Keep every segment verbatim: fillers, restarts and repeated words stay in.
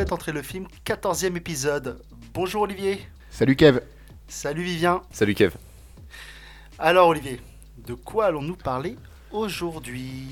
faites entrer le film, quatorzième épisode. Bonjour Olivier. Salut Kev. Salut Vivien. Salut Kev. Alors Olivier, de quoi allons-nous parler aujourd'hui?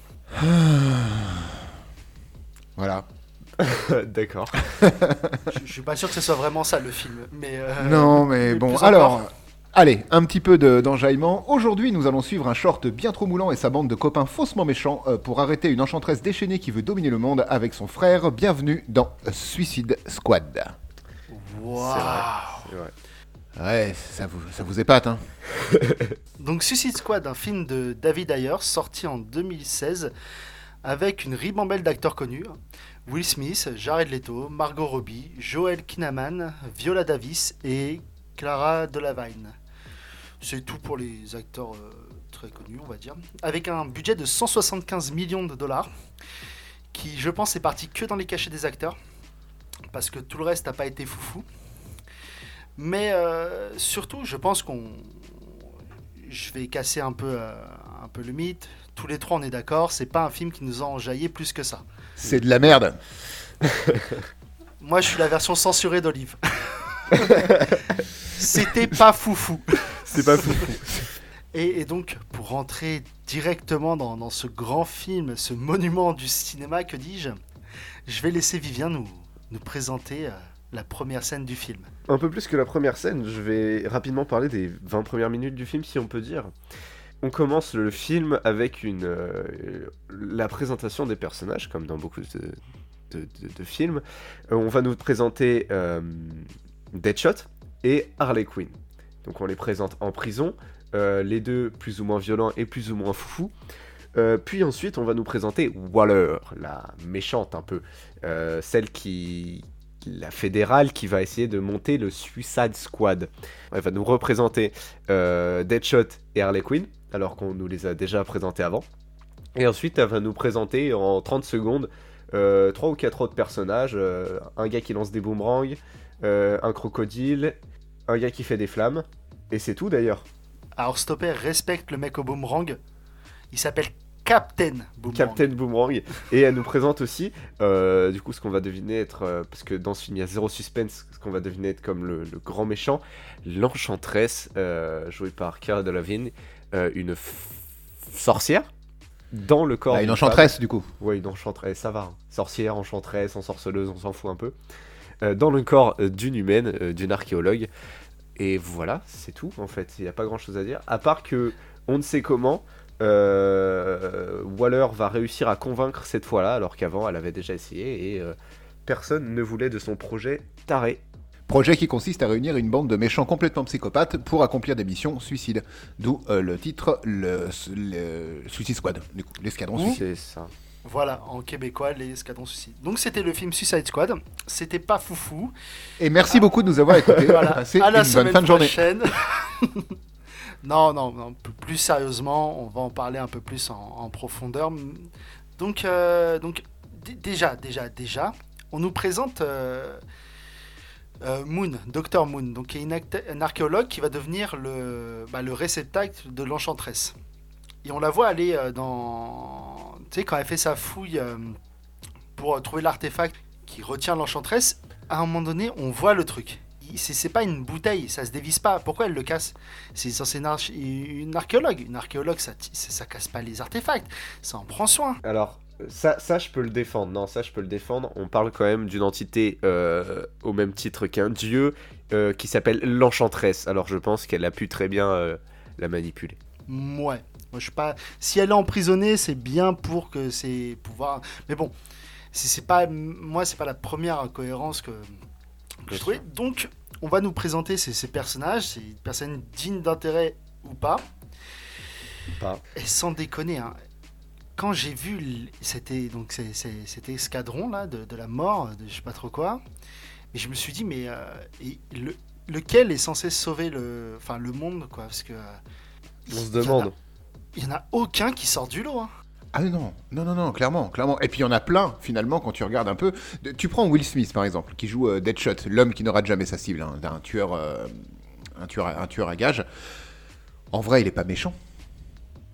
Voilà. D'accord. je, je suis pas sûr que ce soit vraiment ça le film, mais... Euh, non, mais, mais bon, alors... Encore. Allez, un petit peu de, d'enjaillement. Aujourd'hui, nous allons suivre un short bien trop moulant et sa bande de copains faussement méchants euh, pour arrêter une enchanteresse déchaînée qui veut dominer le monde avec son frère. Bienvenue dans Suicide Squad. Waouh. C'est vrai, c'est vrai. Ouais, ça vous, ça vous épate, hein. Donc Suicide Squad, un film de David Ayer, sorti en deux mille seize, avec une ribambelle d'acteurs connus. Will Smith, Jared Leto, Margot Robbie, Joel Kinnaman, Viola Davis et Clara Delevingne. C'est tout pour les acteurs euh, très connus, on va dire. Avec un budget de cent soixante-quinze millions de dollars, qui, je pense, est parti que dans les cachets des acteurs, parce que tout le reste n'a pas été foufou. Mais euh, surtout, je pense qu'on... Je vais casser un peu, euh, un peu le mythe. Tous les trois, on est d'accord, c'est pas un film qui nous a enjaillé plus que ça. C'est de la merde. Moi, je suis la version censurée d'Olive. C'était pas foufou. C'est pas foufou. Et, et donc, pour rentrer directement dans, dans ce grand film, ce monument du cinéma, que dis-je, je vais laisser Vivien nous, nous présenter euh, la première scène du film. Un peu plus que la première scène, je vais rapidement parler des vingt premières minutes du film, si on peut dire. On commence le film avec une, euh, la présentation des personnages, comme dans beaucoup de, de, de, de films. Euh, on va nous présenter euh, Deadshot et Harley Quinn. Donc on les présente en prison, euh, les deux plus ou moins violents et plus ou moins foufous. Euh, puis ensuite on va nous présenter Waller, la méchante un peu, euh, celle qui... la fédérale qui va essayer de monter le Suicide Squad. Elle va nous représenter euh, Deadshot et Harley Quinn, alors qu'on nous les a déjà présentés avant. Et ensuite, elle va nous présenter en trente secondes euh, trois ou quatre autres personnages. Euh, un gars qui lance des boomerangs, euh, un crocodile, un gars qui fait des flammes. Et c'est tout d'ailleurs. Alors Stopper respecte le mec au boomerang. Il s'appelle Captain Boomerang. Captain Boomerang. Et elle nous présente aussi, euh, du coup, ce qu'on va deviner être, euh, parce que dans ce film, il y a zéro suspense, ce qu'on va deviner être comme le, le grand méchant, l'enchanteresse, euh, jouée par Cara Delevingne, euh, une f- sorcière dans le corps. Bah, une enchanteresse, du coup. Oui, une enchanteresse, ça va. Hein. Sorcière, enchanteresse, ensorceleuse, on s'en fout un peu. Euh, dans le corps euh, d'une humaine, euh, d'une archéologue. Et voilà, c'est tout, en fait. Il n'y a pas grand-chose à dire. À part que, on ne sait comment... Euh, Waller va réussir à convaincre cette fois-là, alors qu'avant elle avait déjà essayé et euh, personne ne voulait de son projet taré. Projet qui consiste à réunir une bande de méchants complètement psychopathes pour accomplir des missions suicides. D'où euh, le titre, le, le Suicide Squad, du coup, l'escadron Mmh. suicide. C'est ça. Voilà, en québécois, les escadrons suicides. Donc c'était le film Suicide Squad. C'était pas foufou. Et merci ah. beaucoup de nous avoir écoutés. Voilà. Passez à la une bonne fin de journée. Non, non, non, plus sérieusement, on va en parler un peu plus en, en profondeur. Donc, euh, donc d- déjà, déjà, déjà, on nous présente euh, euh, Moon, Docteur Moon, donc qui est une acte- un archéologue qui va devenir le, bah, le réceptacle de l'enchanteresse. Et on la voit aller euh, dans, tu sais, quand elle fait sa fouille euh, pour euh, trouver l'artefact qui retient l'enchanteresse. À un moment donné, on voit le truc. C'est, c'est pas une bouteille, ça se dévisse pas. Pourquoi elle le casse? C'est censé une, arch- une archéologue. Une archéologue, ça, ça, ça casse pas les artefacts. Ça en prend soin. Alors, ça, ça, je peux le défendre. Non, ça, je peux le défendre. On parle quand même d'une entité euh, au même titre qu'un dieu euh, qui s'appelle l'Enchanteresse. Alors, je pense qu'elle a pu très bien euh, la manipuler. Ouais. Moi, je suis pas. Si elle est emprisonnée, c'est bien pour que ses pouvoirs. Mais bon, c'est, c'est pas. Moi, c'est pas la première incohérence que. que je trouvais. Donc, on va nous présenter ces, ces personnages, ces personnes dignes d'intérêt ou pas. Pas. Et sans déconner, hein, quand j'ai vu l- c'était, donc c'est, c'est, cet escadron là, de, de la mort, de je sais pas trop quoi, mais je me suis dit, mais euh, et le, lequel est censé sauver le, enfin, le monde, quoi, parce que. On se demande. Il n'y en a aucun qui sort du lot. Hein. Ah non, non, non, non, clairement, clairement. Et puis il y en a plein, finalement, quand tu regardes un peu. De- tu prends Will Smith, par exemple, qui joue euh, Deadshot, l'homme qui ne rate jamais sa cible, hein, d'un tueur, euh, un tueur, à- un tueur à gages. En vrai, il est pas méchant.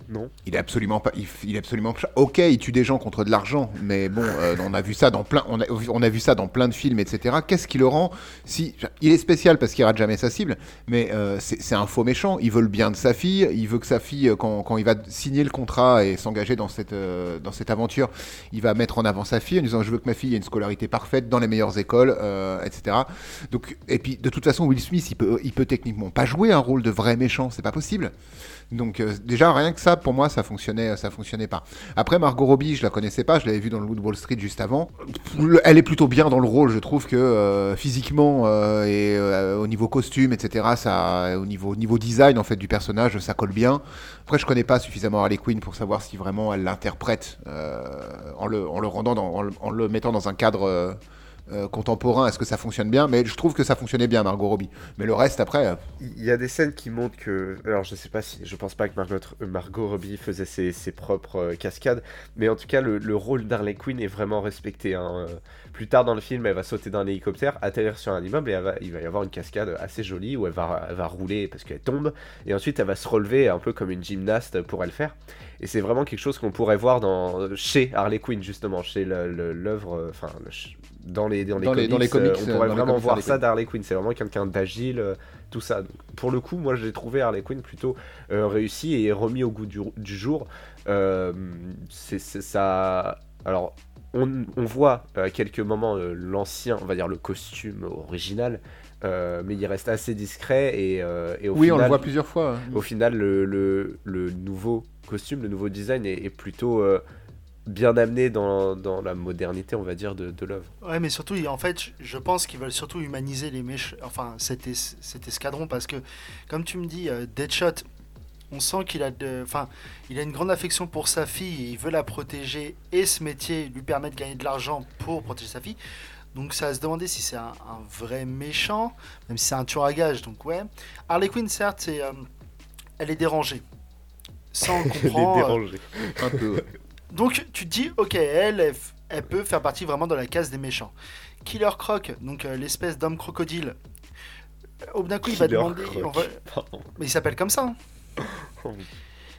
Non. Il est absolument pas. Il, il est absolument pas. Ok, il tue des gens contre de l'argent, mais bon, euh, on a vu ça dans plein. On a, on a vu ça dans plein de films, et cetera. Qu'est-ce qui le rend si il est spécial parce qu'il rate jamais sa cible, mais euh, c'est, c'est un faux méchant. Il veut le bien de sa fille. Il veut que sa fille, quand, quand il va signer le contrat et s'engager dans cette euh, dans cette aventure, il va mettre en avant sa fille en disant je veux que ma fille ait une scolarité parfaite dans les meilleures écoles, euh, et cetera. Donc et puis de toute façon, Will Smith, il peut il peut techniquement pas jouer un rôle de vrai méchant. C'est pas possible. Donc euh, déjà rien que ça pour moi ça fonctionnait ça fonctionnait pas. Après Margot Robbie je la connaissais pas, je l'avais vue dans le Loup de Wall Street juste avant. Elle est plutôt bien dans le rôle, je trouve que euh, physiquement euh, et euh, au niveau costume etc ça au niveau niveau design en fait du personnage ça colle bien. Après je connais pas suffisamment Harley Quinn pour savoir si vraiment elle l'interprète euh, en le en le rendant dans, en, le, en le mettant dans un cadre euh, Euh, contemporain, est-ce que ça fonctionne bien? Mais je trouve que ça fonctionnait bien, Margot Robbie. Mais le reste, après... euh, Il y a des scènes qui montrent que... Alors, je sais pas si... Je pense pas que Margot, euh, Margot Robbie faisait ses, ses propres euh, cascades, mais en tout cas, le, le rôle d'Harley Quinn est vraiment respecté. Hein. Euh, Plus tard dans le film, elle va sauter d'un hélicoptère, atterrir sur un immeuble, et elle va- il va y avoir une cascade assez jolie où elle va, elle va rouler parce qu'elle tombe, et ensuite elle va se relever un peu comme une gymnaste pour elle faire. Et c'est vraiment quelque chose qu'on pourrait voir dans, chez Harley Quinn, justement, chez le- le- l'œuvre... euh, Enfin, le ch- dans les, dans les Dans les- comics, dans les comics, euh, on euh, pourrait dans les vraiment comics voir Harley ça Quinn. d'Harley Quinn. C'est vraiment quelqu'un d'agile, euh, tout ça. Donc, pour le coup, moi j'ai trouvé Harley Quinn plutôt euh, réussi et remis au goût du, du jour. Euh, c'est c'est ça. Alors, on, on voit euh, à quelques moments euh, l'ancien, on va dire le costume original, euh, mais il reste assez discret et, euh, et au Oui, on le final, voit plusieurs fois. hein. au final, le, le- le nouveau costume, le nouveau design est, est plutôt euh, bien amené dans, dans la modernité, on va dire, de, de l'œuvre. Ouais, mais surtout, il- en fait, je- je pense qu'ils veulent surtout humaniser les méch... enfin, cet, es- cet escadron parce que, comme tu me dis, euh, Deadshot, on sent qu'il a, de... enfin, il a une grande affection pour sa fille et il veut la protéger et ce métier lui permet de gagner de l'argent pour protéger sa fille. Donc, ça à se demander si c'est un, un vrai méchant, même si c'est un tueur à gages. Donc, ouais. Harley Quinn, certes, c'est, euh, elle est dérangée. Ça, on le Elle est comprend. euh, dérangée. Un peu. ouais. Donc tu te dis, ok, elle, elle, f- elle peut faire partie vraiment de la case des méchants. Killer Croc, donc euh, l'espèce d'homme crocodile. Euh, Au bout d'un coup, il va Killer demander, Croc. on va- Pardon. mais il s'appelle comme ça. hein. Oh oui.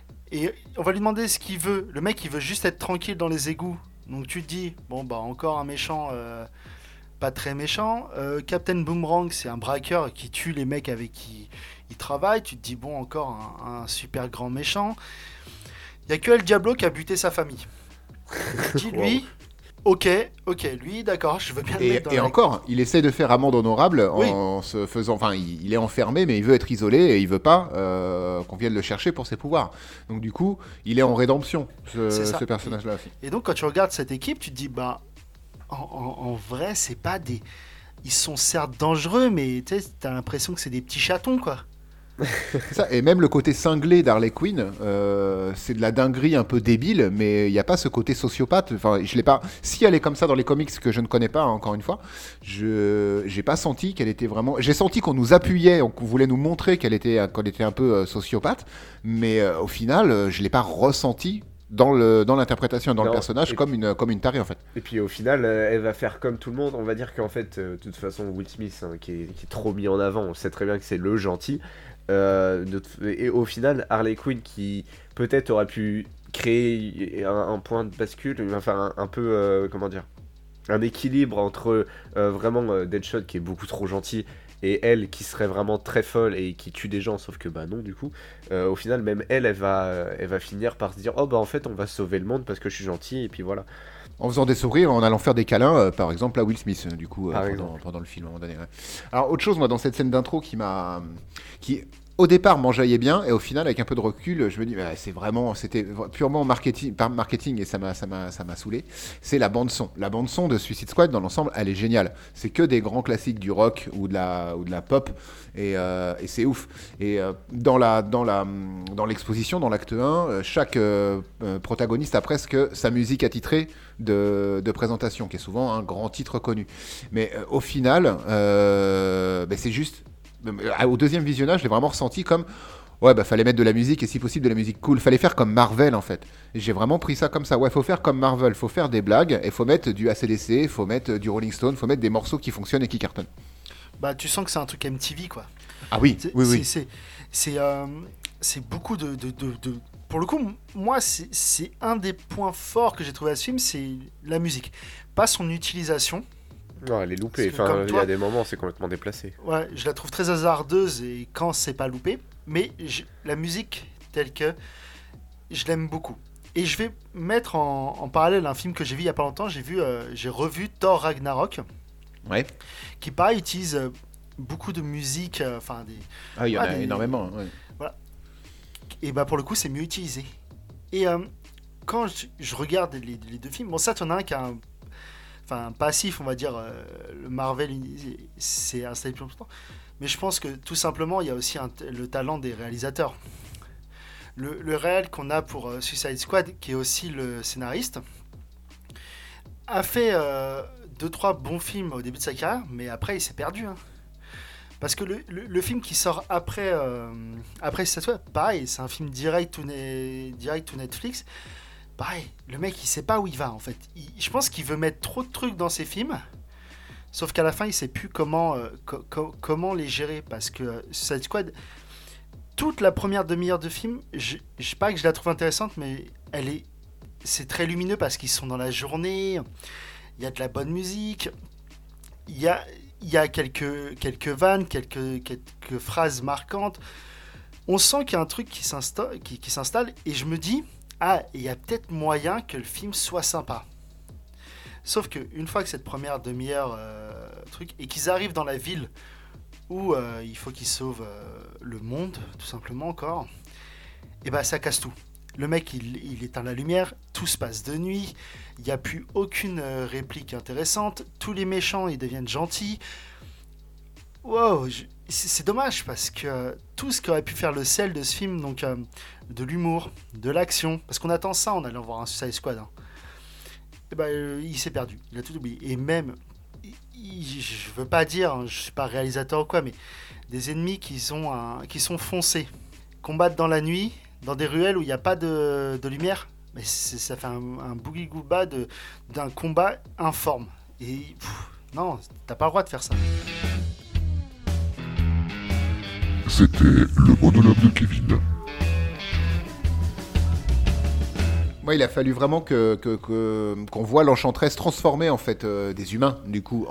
Et on va lui demander ce qu'il veut. Le mec, il veut juste être tranquille dans les égouts. Donc tu te dis, bon bah encore un méchant, euh, pas très méchant. Euh, Captain Boomerang, c'est un braqueur qui tue les mecs avec qui il travaille. Tu te dis, bon encore un, un super grand méchant. Il y a que El Diablo qui a buté sa famille. Tu te dis, lui, ok, ok, lui, d'accord, je veux bien le Et, mettre dans et la- encore, il essaie de faire amende honorable Oui. en se faisant. Enfin, il, il est enfermé, mais il veut être isolé et il veut pas euh, qu'on vienne le chercher pour ses pouvoirs. Donc, du coup, il est en rédemption, ce, C'est ça. ce personnage-là aussi. Et donc quand tu regardes cette équipe, tu te dis, bah, en, en- en vrai, c'est pas des... Ils sont certes dangereux, mais tu sais, t'as l'impression que c'est des petits chatons, quoi. C'est ça. Et même le côté cinglé d'Harley Quinn, euh, c'est de la dinguerie un peu débile, mais il n'y a pas ce côté sociopathe. Enfin, je l'ai pas. Si elle est comme ça dans les comics que je ne connais pas, hein, encore une fois, je j'ai pas senti qu'elle était vraiment. J'ai senti qu'on nous appuyait, qu'on voulait nous montrer qu'elle était, qu'elle était un peu euh, sociopathe, mais euh, au final, euh, je l'ai pas ressenti dans le dans l'interprétation, dans Non, le personnage, et- comme une comme une tarée en fait. Et puis au final, euh, elle va faire comme tout le monde. On va dire qu'en fait, euh, de toute façon, Will Smith, hein, qui, est, qui est trop mis en avant, on sait très bien que c'est le gentil. Euh, de- et au final, Harley Quinn, qui peut-être aurait pu créer un, un point de bascule, enfin un, un peu, euh, comment dire, un équilibre entre euh, vraiment euh, Deadshot, qui est beaucoup trop gentil, et elle, qui serait vraiment très folle et qui tue des gens, sauf que bah non, du coup. Euh, au final, même elle, elle va, elle va finir par se dire, oh bah en fait, on va sauver le monde parce que je suis gentil, et puis voilà. En faisant des sourires, en allant faire des câlins, euh, par exemple à Will Smith, euh, du coup, euh, Par pendant, exemple. pendant le film à un moment donné. ouais. Alors, autre chose, moi, dans cette scène d'intro qui m'a. qui, au départ, m'enjaillait bien, et au final, avec un peu de recul, je me dis, bah, c'est vraiment. C'était purement marketing, par marketing et ça m'a, ça m'a, ça m'a saoulé. C'est la bande-son. La bande-son de Suicide Squad, dans l'ensemble, elle est géniale. C'est que des grands classiques du rock ou de la, ou de la pop, et, euh, et c'est ouf. Et euh, dans, la, dans, la, dans l'exposition, dans l'acte un, euh, chaque euh, euh, protagoniste a presque sa musique attitrée de, de présentation, qui est souvent un grand titre connu. Mais euh, au final, euh, ben, c'est juste... euh, Au deuxième visionnage, je l'ai vraiment ressenti comme... Ouais, bah fallait mettre de la musique, et si possible de la musique cool. Fallait faire comme Marvel, en fait. Et j'ai vraiment pris ça comme ça. Ouais, faut faire comme Marvel, faut faire des blagues, et faut mettre du A C D C, faut mettre du Rolling Stone, faut mettre des morceaux qui fonctionnent et qui cartonnent. Bah, tu sens que c'est un truc M T V, quoi. Ah oui, C'est, oui, c'est, oui. c'est, c'est, euh, c'est beaucoup de, de, de, de, pour le coup, moi, c'est, c'est un des points forts que j'ai trouvé à ce film, c'est la musique. Pas son utilisation. Non, elle est loupée. Enfin, il y a des moments, c'est complètement déplacé. Ouais, je la trouve très hasardeuse et quand c'est pas loupé. Mais je, la musique telle que, je l'aime beaucoup. Et je vais mettre en, en parallèle un film que j'ai vu il y a pas longtemps. J'ai vu, euh, j'ai revu Thor Ragnarok. Ouais. Qui pareil utilise euh, beaucoup de musique. Enfin euh, des. Ah, il y en ah, a des, énormément. Ouais. Voilà. Et bah pour le coup, c'est mieux utilisé. Et euh, quand je, je regarde les, les deux films, bon ça, tu en as un qui a un, enfin, un passif, on va dire, euh, le Marvel, c'est installé plus longtemps. Mais je pense que tout simplement, il y a aussi un, le talent des réalisateurs. Le, le réel qu'on a pour euh, Suicide Squad, qui est aussi le scénariste, a fait euh, deux trois bons films au début de sa carrière, mais après il s'est perdu. Hein. Parce que le, le, le film qui sort après, euh, après Suicide Squad, pareil, c'est un film direct ou ne, direct ou Netflix. Pareil, le mec il sait pas où il va en fait. Il, je pense qu'il veut mettre trop de trucs dans ses films, sauf qu'à la fin il sait plus comment, euh, co- co- comment les gérer. Parce que euh, Suicide Squad, toute la première demi-heure de film, je, je sais pas que je la trouve intéressante, mais elle est, c'est très lumineux parce qu'ils sont dans la journée, il y a de la bonne musique, il y a, il y a quelques, quelques vannes, quelques, quelques phrases marquantes. On sent qu'il y a un truc qui s'installe, qui, qui s'installe et je me dis, ah, il y a peut-être moyen que le film soit sympa. Sauf qu'une fois que cette première demi-heure, euh, truc, et qu'ils arrivent dans la ville où euh, il faut qu'ils sauvent euh, le monde, tout simplement encore, et bah ça casse tout. Le mec, il, il éteint la lumière, tout se passe de nuit, il n'y a plus aucune euh, réplique intéressante, tous les méchants, ils deviennent gentils. Wow, je, c'est, c'est dommage parce que euh, tout ce qui aurait pu faire le sel de ce film, donc euh, de l'humour, de l'action, parce qu'on attend ça en allant voir un Suicide Squad, hein, et bah, euh, il s'est perdu, il a tout oublié. Et même, il, je veux pas dire, hein, je suis pas réalisateur ou quoi, mais des ennemis qui sont, un, qui sont foncés, combattent dans la nuit, dans des ruelles où il n'y a pas de, de lumière, mais c'est, ça fait un, un boogie-gooba de, d'un combat informe. Et pff, non, t'as pas le droit de faire ça. C'était le monologue de Kevin. Moi, il a fallu vraiment que, que, que, qu'on voit l'Enchantresse transformer en fait euh, des humains, du coup,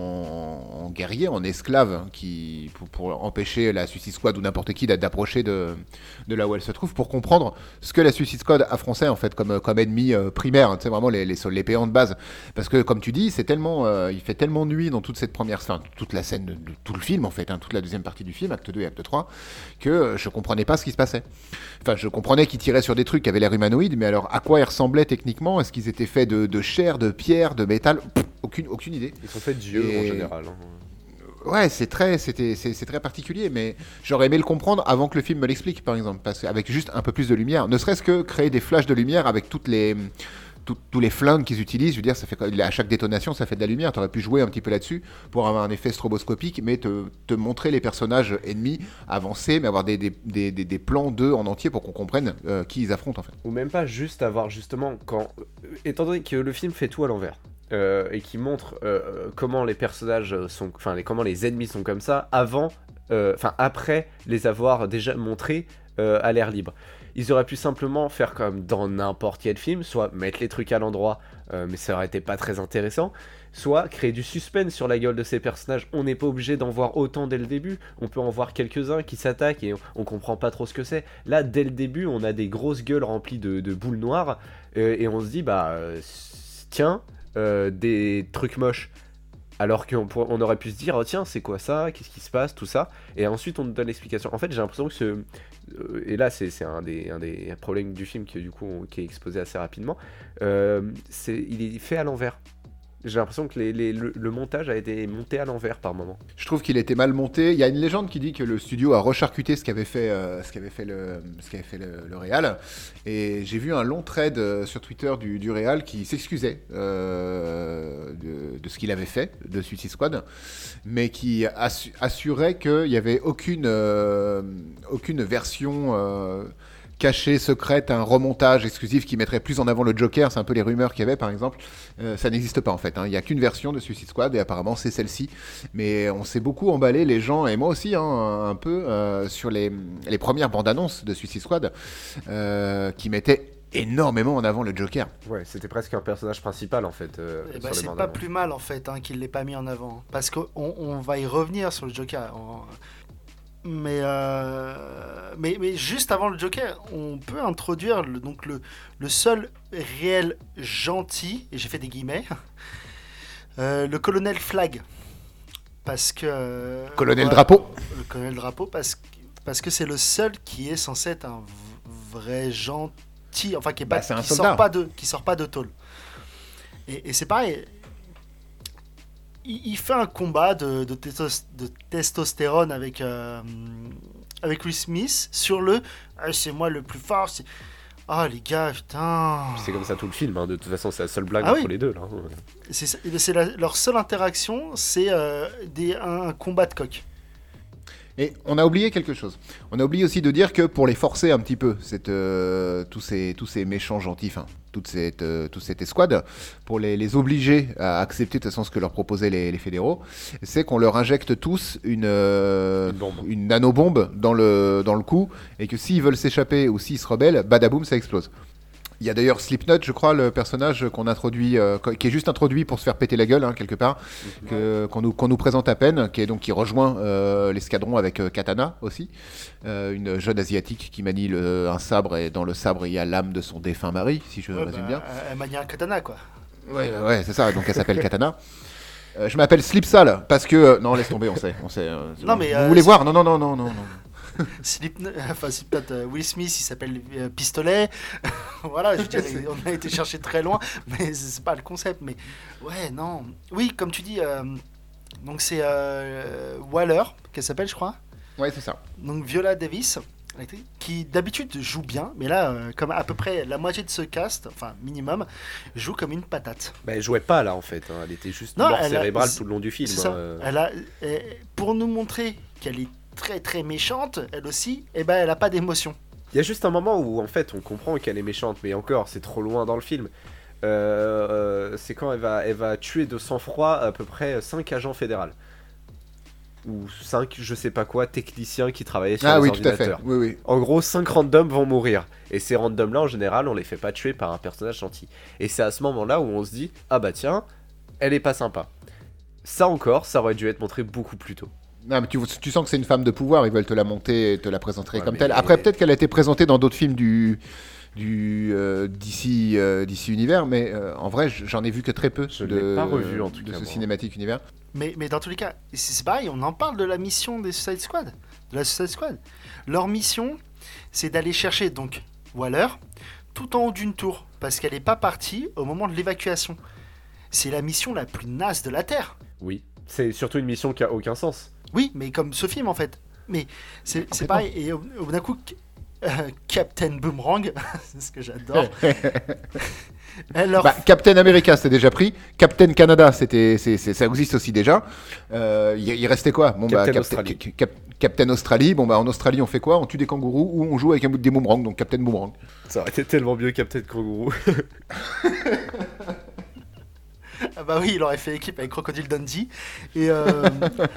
en, en guerriers, en esclaves, qui, pour, pour empêcher la Suicide Squad ou n'importe qui d'approcher de, de là où elle se trouve, pour comprendre ce que la Suicide Squad affrontait en fait comme, comme ennemi euh, primaire, hein, vraiment les, les, les payants de base. Parce que, comme tu dis, c'est tellement, euh, il fait tellement nuit dans toute cette première, enfin, toute la scène de, de tout le film en fait, hein, toute la deuxième partie du film, acte deux et acte trois, que euh, je comprenais pas ce qui se passait. Enfin, je comprenais qu'ils tiraient sur des trucs qui avaient l'air humanoïdes, mais alors à quoi ils ressemblaient techniquement? Est-ce qu'ils étaient faits de, de chair, de pierre, de métal? Pff, aucune, aucune idée. Ils sont faits d'yeux et... en général. Hein. Ouais, c'est très, c'était, c'est, c'est très particulier, mais j'aurais aimé le comprendre avant que le film me l'explique, par exemple, parce qu'avec juste un peu plus de lumière, ne serait-ce que créer des flashs de lumière avec toutes les... Tout, tous les flingues qu'ils utilisent, je veux dire, ça fait, à chaque détonation, ça fait de la lumière. Tu aurais pu jouer un petit peu là-dessus pour avoir un effet stroboscopique, mais te, te montrer les personnages ennemis avancer, mais avoir des, des, des, des, des plans d'eux en entier pour qu'on comprenne euh, qui ils affrontent en fait. Ou même pas juste avoir justement quand, étant donné que le film fait tout à l'envers. Euh, et qui montre euh, comment les personnages sont, enfin les, comment les ennemis sont comme ça avant, enfin euh, après les avoir déjà montrés euh, à l'air libre. Ils auraient pu simplement faire comme dans n'importe quel film, soit mettre les trucs à l'endroit, euh, mais ça aurait été pas très intéressant, soit créer du suspense sur la gueule de ces personnages. On n'est pas obligé d'en voir autant dès le début, on peut en voir quelques-uns qui s'attaquent et on, on comprend pas trop ce que c'est. Là, dès le début, on a des grosses gueules remplies de, de boules noires, euh, et on se dit, bah, euh, tiens, euh, des trucs moches. Alors qu'on pour, on aurait pu se dire, oh, tiens, c'est quoi ça? Qu'est-ce qui se passe? Tout ça. Et ensuite, on nous donne l'explication. En fait, j'ai l'impression que ce... Euh, et là, c'est, c'est un, des, un des problèmes du film qui, du coup, on, qui est exposé assez rapidement. Euh, c'est, il est fait à l'envers. J'ai l'impression que les, les, le, le montage a été monté à l'envers par moment. Je trouve qu'il était mal monté. Il y a une légende qui dit que le studio a recharcuté ce qu'avait fait, euh, ce qu'avait fait le, ce qu'avait fait le, le réal. Et j'ai vu un long thread euh, sur Twitter du, du réal qui s'excusait euh, de, de ce qu'il avait fait de Suicide Squad, mais qui assu- assurait qu'il n'y avait aucune, euh, aucune version... Euh, cachée, secrète, un remontage exclusif qui mettrait plus en avant le Joker, c'est un peu les rumeurs qu'il y avait par exemple, euh, ça n'existe pas en fait, hein. Il n'y a qu'une version de Suicide Squad et apparemment c'est celle-ci, mais on s'est beaucoup emballé les gens, et moi aussi hein, un peu, euh, sur les, les premières bandes annonces de Suicide Squad euh, qui mettaient énormément en avant le Joker. Ouais, c'était presque un personnage principal en fait. Euh, Eh sur ben, les c'est bandes pas annonces. plus mal en fait hein, qu'il l'ait pas mis en avant. Parce qu'on on va y revenir sur le Joker. On- Mais, euh, mais, mais juste avant le Joker, on peut introduire le, donc le, le seul réel gentil, et j'ai fait des guillemets, euh, le colonel Flag. Parce que. Colonel ouais, Drapeau. Le colonel Drapeau, parce, que- parce que c'est le seul qui est censé être un v- vrai gentil, enfin qui est pas, Bah, c'est un qui soldat. sort pas de, qui sort pas de tôle. Et, et c'est pareil. Il, il fait un combat de, de, testos- de testostérone avec, euh, avec Will Smith sur le ah, c'est moi le plus fort. c'est- Ah les gars, putain. C'est comme ça tout le film, hein. De toute façon c'est la seule blague Ah entre oui. les deux là. C'est ça- c'est la- leur seule interaction, c'est euh, des, un, un combat de coq. Et on a oublié quelque chose. On a oublié aussi de dire que pour les forcer un petit peu, cette, euh, tous, ces, tous ces méchants gentils, enfin, toute cette, euh, toute cette escouade, pour les, les obliger à accepter de toute façon ce que leur proposaient les, les fédéraux, c'est qu'on leur injecte tous une, euh, Une bombe. une nanobombe dans le, dans le cou, et que s'ils veulent s'échapper ou s'ils se rebellent, badaboum, ça explose. Il y a d'ailleurs Slipknot, je crois, le personnage qu'on introduit, euh, qui est juste introduit pour se faire péter la gueule, hein, quelque part, que- qu'on nous, qu'on nous présente à peine, qui, est donc, qui rejoint euh, l'escadron avec euh, Katana aussi, euh, une jeune asiatique qui manie le- un sabre, et dans le sabre il y a l'âme de son défunt mari, si je Ouais, résume bah, bien. Elle manie un katana quoi. Ouais, ouais, ouais, c'est ça, donc elle s'appelle Katana. Euh, je m'appelle Slipsal parce que... euh, non, laisse tomber, on sait. On sait euh, Non, mais, vous euh, voulez c'est- voir? Non, non, non, non, non. non. Slipknot- enfin, c'est peut-être euh, Will Smith, il s'appelle euh, Pistolet. Voilà, je veux dire, on a été chercher très loin, mais c'est pas le concept. Mais ouais, non. Oui, comme tu dis, euh, donc c'est euh, Waller, qu'elle s'appelle, je crois. Ouais, c'est ça. Donc Viola Davis, qui d'habitude joue bien, mais là, euh, comme à peu près la moitié de ce cast, enfin minimum, joue comme une patate. Bah, elle jouait pas là en fait, hein. Elle était juste Non, mort elle a- cérébrale c'est- tout le long du film. C'est ça. hein, euh. Elle a, euh, pour nous montrer qu'elle est très très méchante, elle aussi, et ben elle a pas d'émotion. Il y a juste un moment où en fait on comprend qu'elle est méchante, mais encore c'est trop loin dans le film. Euh, euh, c'est quand elle va, elle va tuer de sang-froid à peu près cinq agents fédéraux. Ou cinq, je sais pas quoi, techniciens qui travaillaient sur Ah les oui, tout à fait. ordinateurs. Oui, oui. En gros, cinq randoms vont mourir. Et ces randoms là en général on les fait pas tuer par un personnage gentil. Et c'est à ce moment là où on se dit, ah bah tiens, elle est pas sympa. Ça encore, ça aurait dû être montré beaucoup plus tôt. Non, mais tu, tu sens que c'est une femme de pouvoir, ils veulent te la monter et te la présenter Ouais, comme mais- telle. Après, peut-être qu'elle a été présentée dans d'autres films du, du euh, D C, euh, D C Univers, mais euh, en vrai, j'en ai vu que très peu Je de, l'ai pas revu, en tout de cas, ce moi. cinématique univers. Mais, mais dans tous les cas, c'est c'est pareil, on en parle de la mission des Suicide Squad. De la Suicide Squad. Leur mission, c'est d'aller chercher donc Waller tout en haut d'une tour, parce qu'elle n'est pas partie au moment de l'évacuation. C'est la mission la plus naze de la Terre. Oui, c'est surtout une mission qui a aucun sens. Oui, mais comme ce film en fait. Mais c'est c'est Complètement. pareil, et au, au bout d'un coup, euh, Captain Boomerang, c'est ce que j'adore. Elle leur Bah, Captain America, c'était déjà pris. Captain Canada, c'était, c'est, c'est- ça existe aussi déjà. Euh, Il il restait quoi? Bon, Captain bah, Australie. Cap- Cap- Captain Australie. Bon, bah, en Australie, on fait quoi? On tue des kangourous ou on joue avec un bout de des boomerangs, donc Captain Boomerang. Ça aurait été tellement mieux Captain Kangourou. Ah bah oui, il aurait fait équipe avec Crocodile Dundee. Et, euh,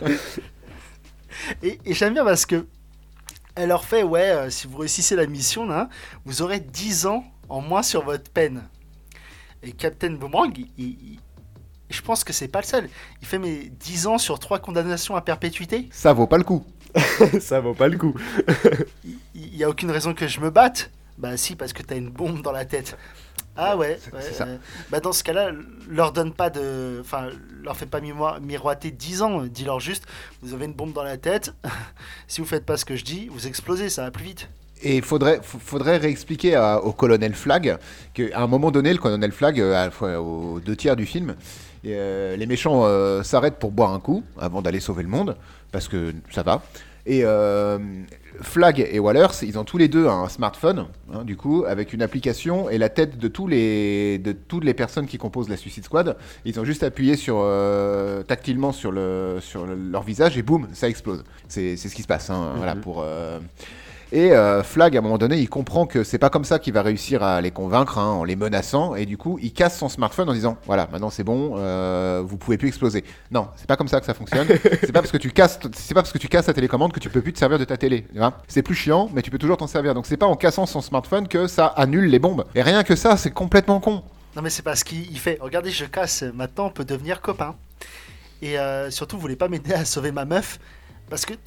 et, et j'aime bien parce que elle leur fait, ouais, euh, si vous réussissez la mission, là, vous aurez dix ans en moins sur votre peine. Et Captain Boomerang, il- il- il- je pense que c'est pas le seul. Il fait mes dix ans sur trois condamnations à perpétuité. Ça vaut pas le coup. Ça vaut pas le coup. Il n'y a aucune raison que je me batte. Bah si, parce que t'as une bombe dans la tête. Ah ouais, C'est- ouais, c'est ça. euh, bah dans ce cas-là, leur donne pas de, enfin, leur fait pas mimo- miroiter dix ans. Dis-leur juste, vous avez une bombe dans la tête. Si vous faites pas ce que je dis, vous explosez, ça va plus vite. Et il faudrait, f- faudrait réexpliquer à- au colonel Flag qu'à un moment donné, le colonel Flag, euh, à la fois aux deux tiers du film, et, euh, les méchants euh, s'arrêtent pour boire un coup avant d'aller sauver le monde, parce que ça va. Et euh, Flag et Waller, c'est- ils ont tous les deux un smartphone, hein, du coup, avec une application et la tête de, tous les, de toutes les personnes qui composent la Suicide Squad. Ils ont juste appuyé sur, euh, tactilement sur, le, sur le- leur visage et boum, ça explose. C'est c'est ce qui se passe, hein, voilà, pour... euh, Et euh, Flag, à un moment donné, il comprend que c'est pas comme ça qu'il va réussir à les convaincre, hein, en les menaçant, et du coup, il casse son smartphone en disant « Voilà, maintenant c'est bon, euh, vous pouvez plus exploser. » Non, c'est pas comme ça que ça fonctionne. c'est pas parce que tu casses, c'est pas parce que tu casses ta télécommande que tu peux plus te servir de ta télé. Tu vois, c'est plus chiant, mais tu peux toujours t'en servir. Donc c'est pas en cassant son smartphone que ça annule les bombes. Et rien que ça, c'est complètement con. Non mais c'est parce qu'il il fait, regardez je casse, maintenant on peut devenir copains. Et euh, surtout vous voulez pas m'aider à sauver ma meuf parce que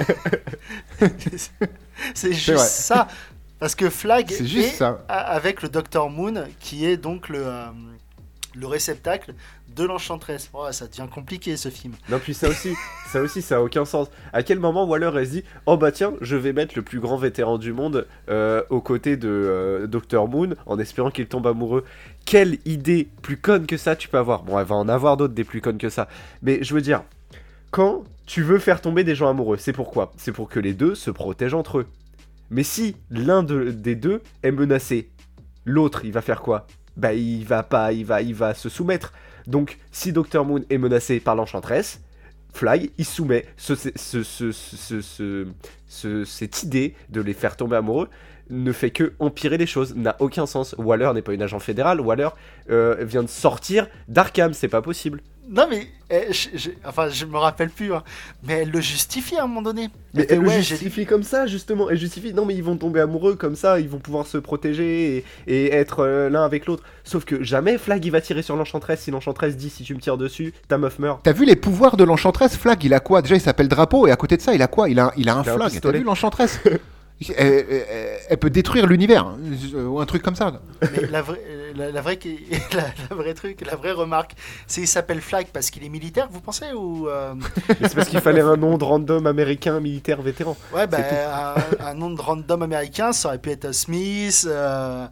c'est juste vrai. ça. Parce que Flag C'est juste est ça. a- avec le docteur Moon qui est donc le, euh, le réceptacle de l'Enchantress. Oh, ça devient compliqué ce film. Non, puis ça aussi, ça aussi, ça a aucun sens. À quel moment Waller elle se dit oh bah tiens, je vais mettre le plus grand vétéran du monde euh, aux côtés de euh, docteur Moon en espérant qu'il tombe amoureux. Quelle idée plus conne que ça tu peux avoir. Bon, elle va en avoir d'autres des plus connes que ça. Mais je veux dire, quand tu veux faire tomber des gens amoureux, c'est pourquoi ? C'est pour que les deux se protègent entre eux. Mais si l'un de, des deux est menacé, l'autre il va faire quoi ? Bah il va pas, il va, il va se soumettre. Donc si docteur Moon est menacé par l'Enchantress, Flag il soumet ce, ce, ce, ce, ce, ce, ce- cette idée de les faire tomber amoureux ne fait que empirer les choses, n'a aucun sens. Waller n'est pas une agent fédérale, Waller euh, vient de sortir d'Arkham, c'est pas possible. Non mais, eh, je, je- enfin je me rappelle plus, hein, mais elle le justifie à un moment donné. Mais fait, elle le ouais, j'ai- justifie comme ça, justement. Elle justifie, non mais ils vont tomber amoureux comme ça, ils vont pouvoir se protéger et, et être euh, l'un avec l'autre. Sauf que jamais Flag il va tirer sur l'Enchantress si l'Enchantress dit si tu me tires dessus, ta meuf meurt. T'as vu les pouvoirs de l'Enchantress ? Flag, il a quoi ? Déjà, il s'appelle Drapeau, et à côté de ça, il a quoi ? Il a, il a un Il a un flag. T'as pistolet. vu l'Enchantress ? elle, elle- elle peut détruire l'univers, hein, ou un truc comme ça. Mais la vraie, la, la vraie, qui- la, la vraie truc, la vraie remarque, c'est qu'il s'appelle Flag parce qu'il est militaire, vous pensez ou euh, Mais c'est parce qu'il fallait un nom de random américain militaire vétéran. Ouais, bah, C'est un, un nom de random américain, ça aurait pu être Smith, euh,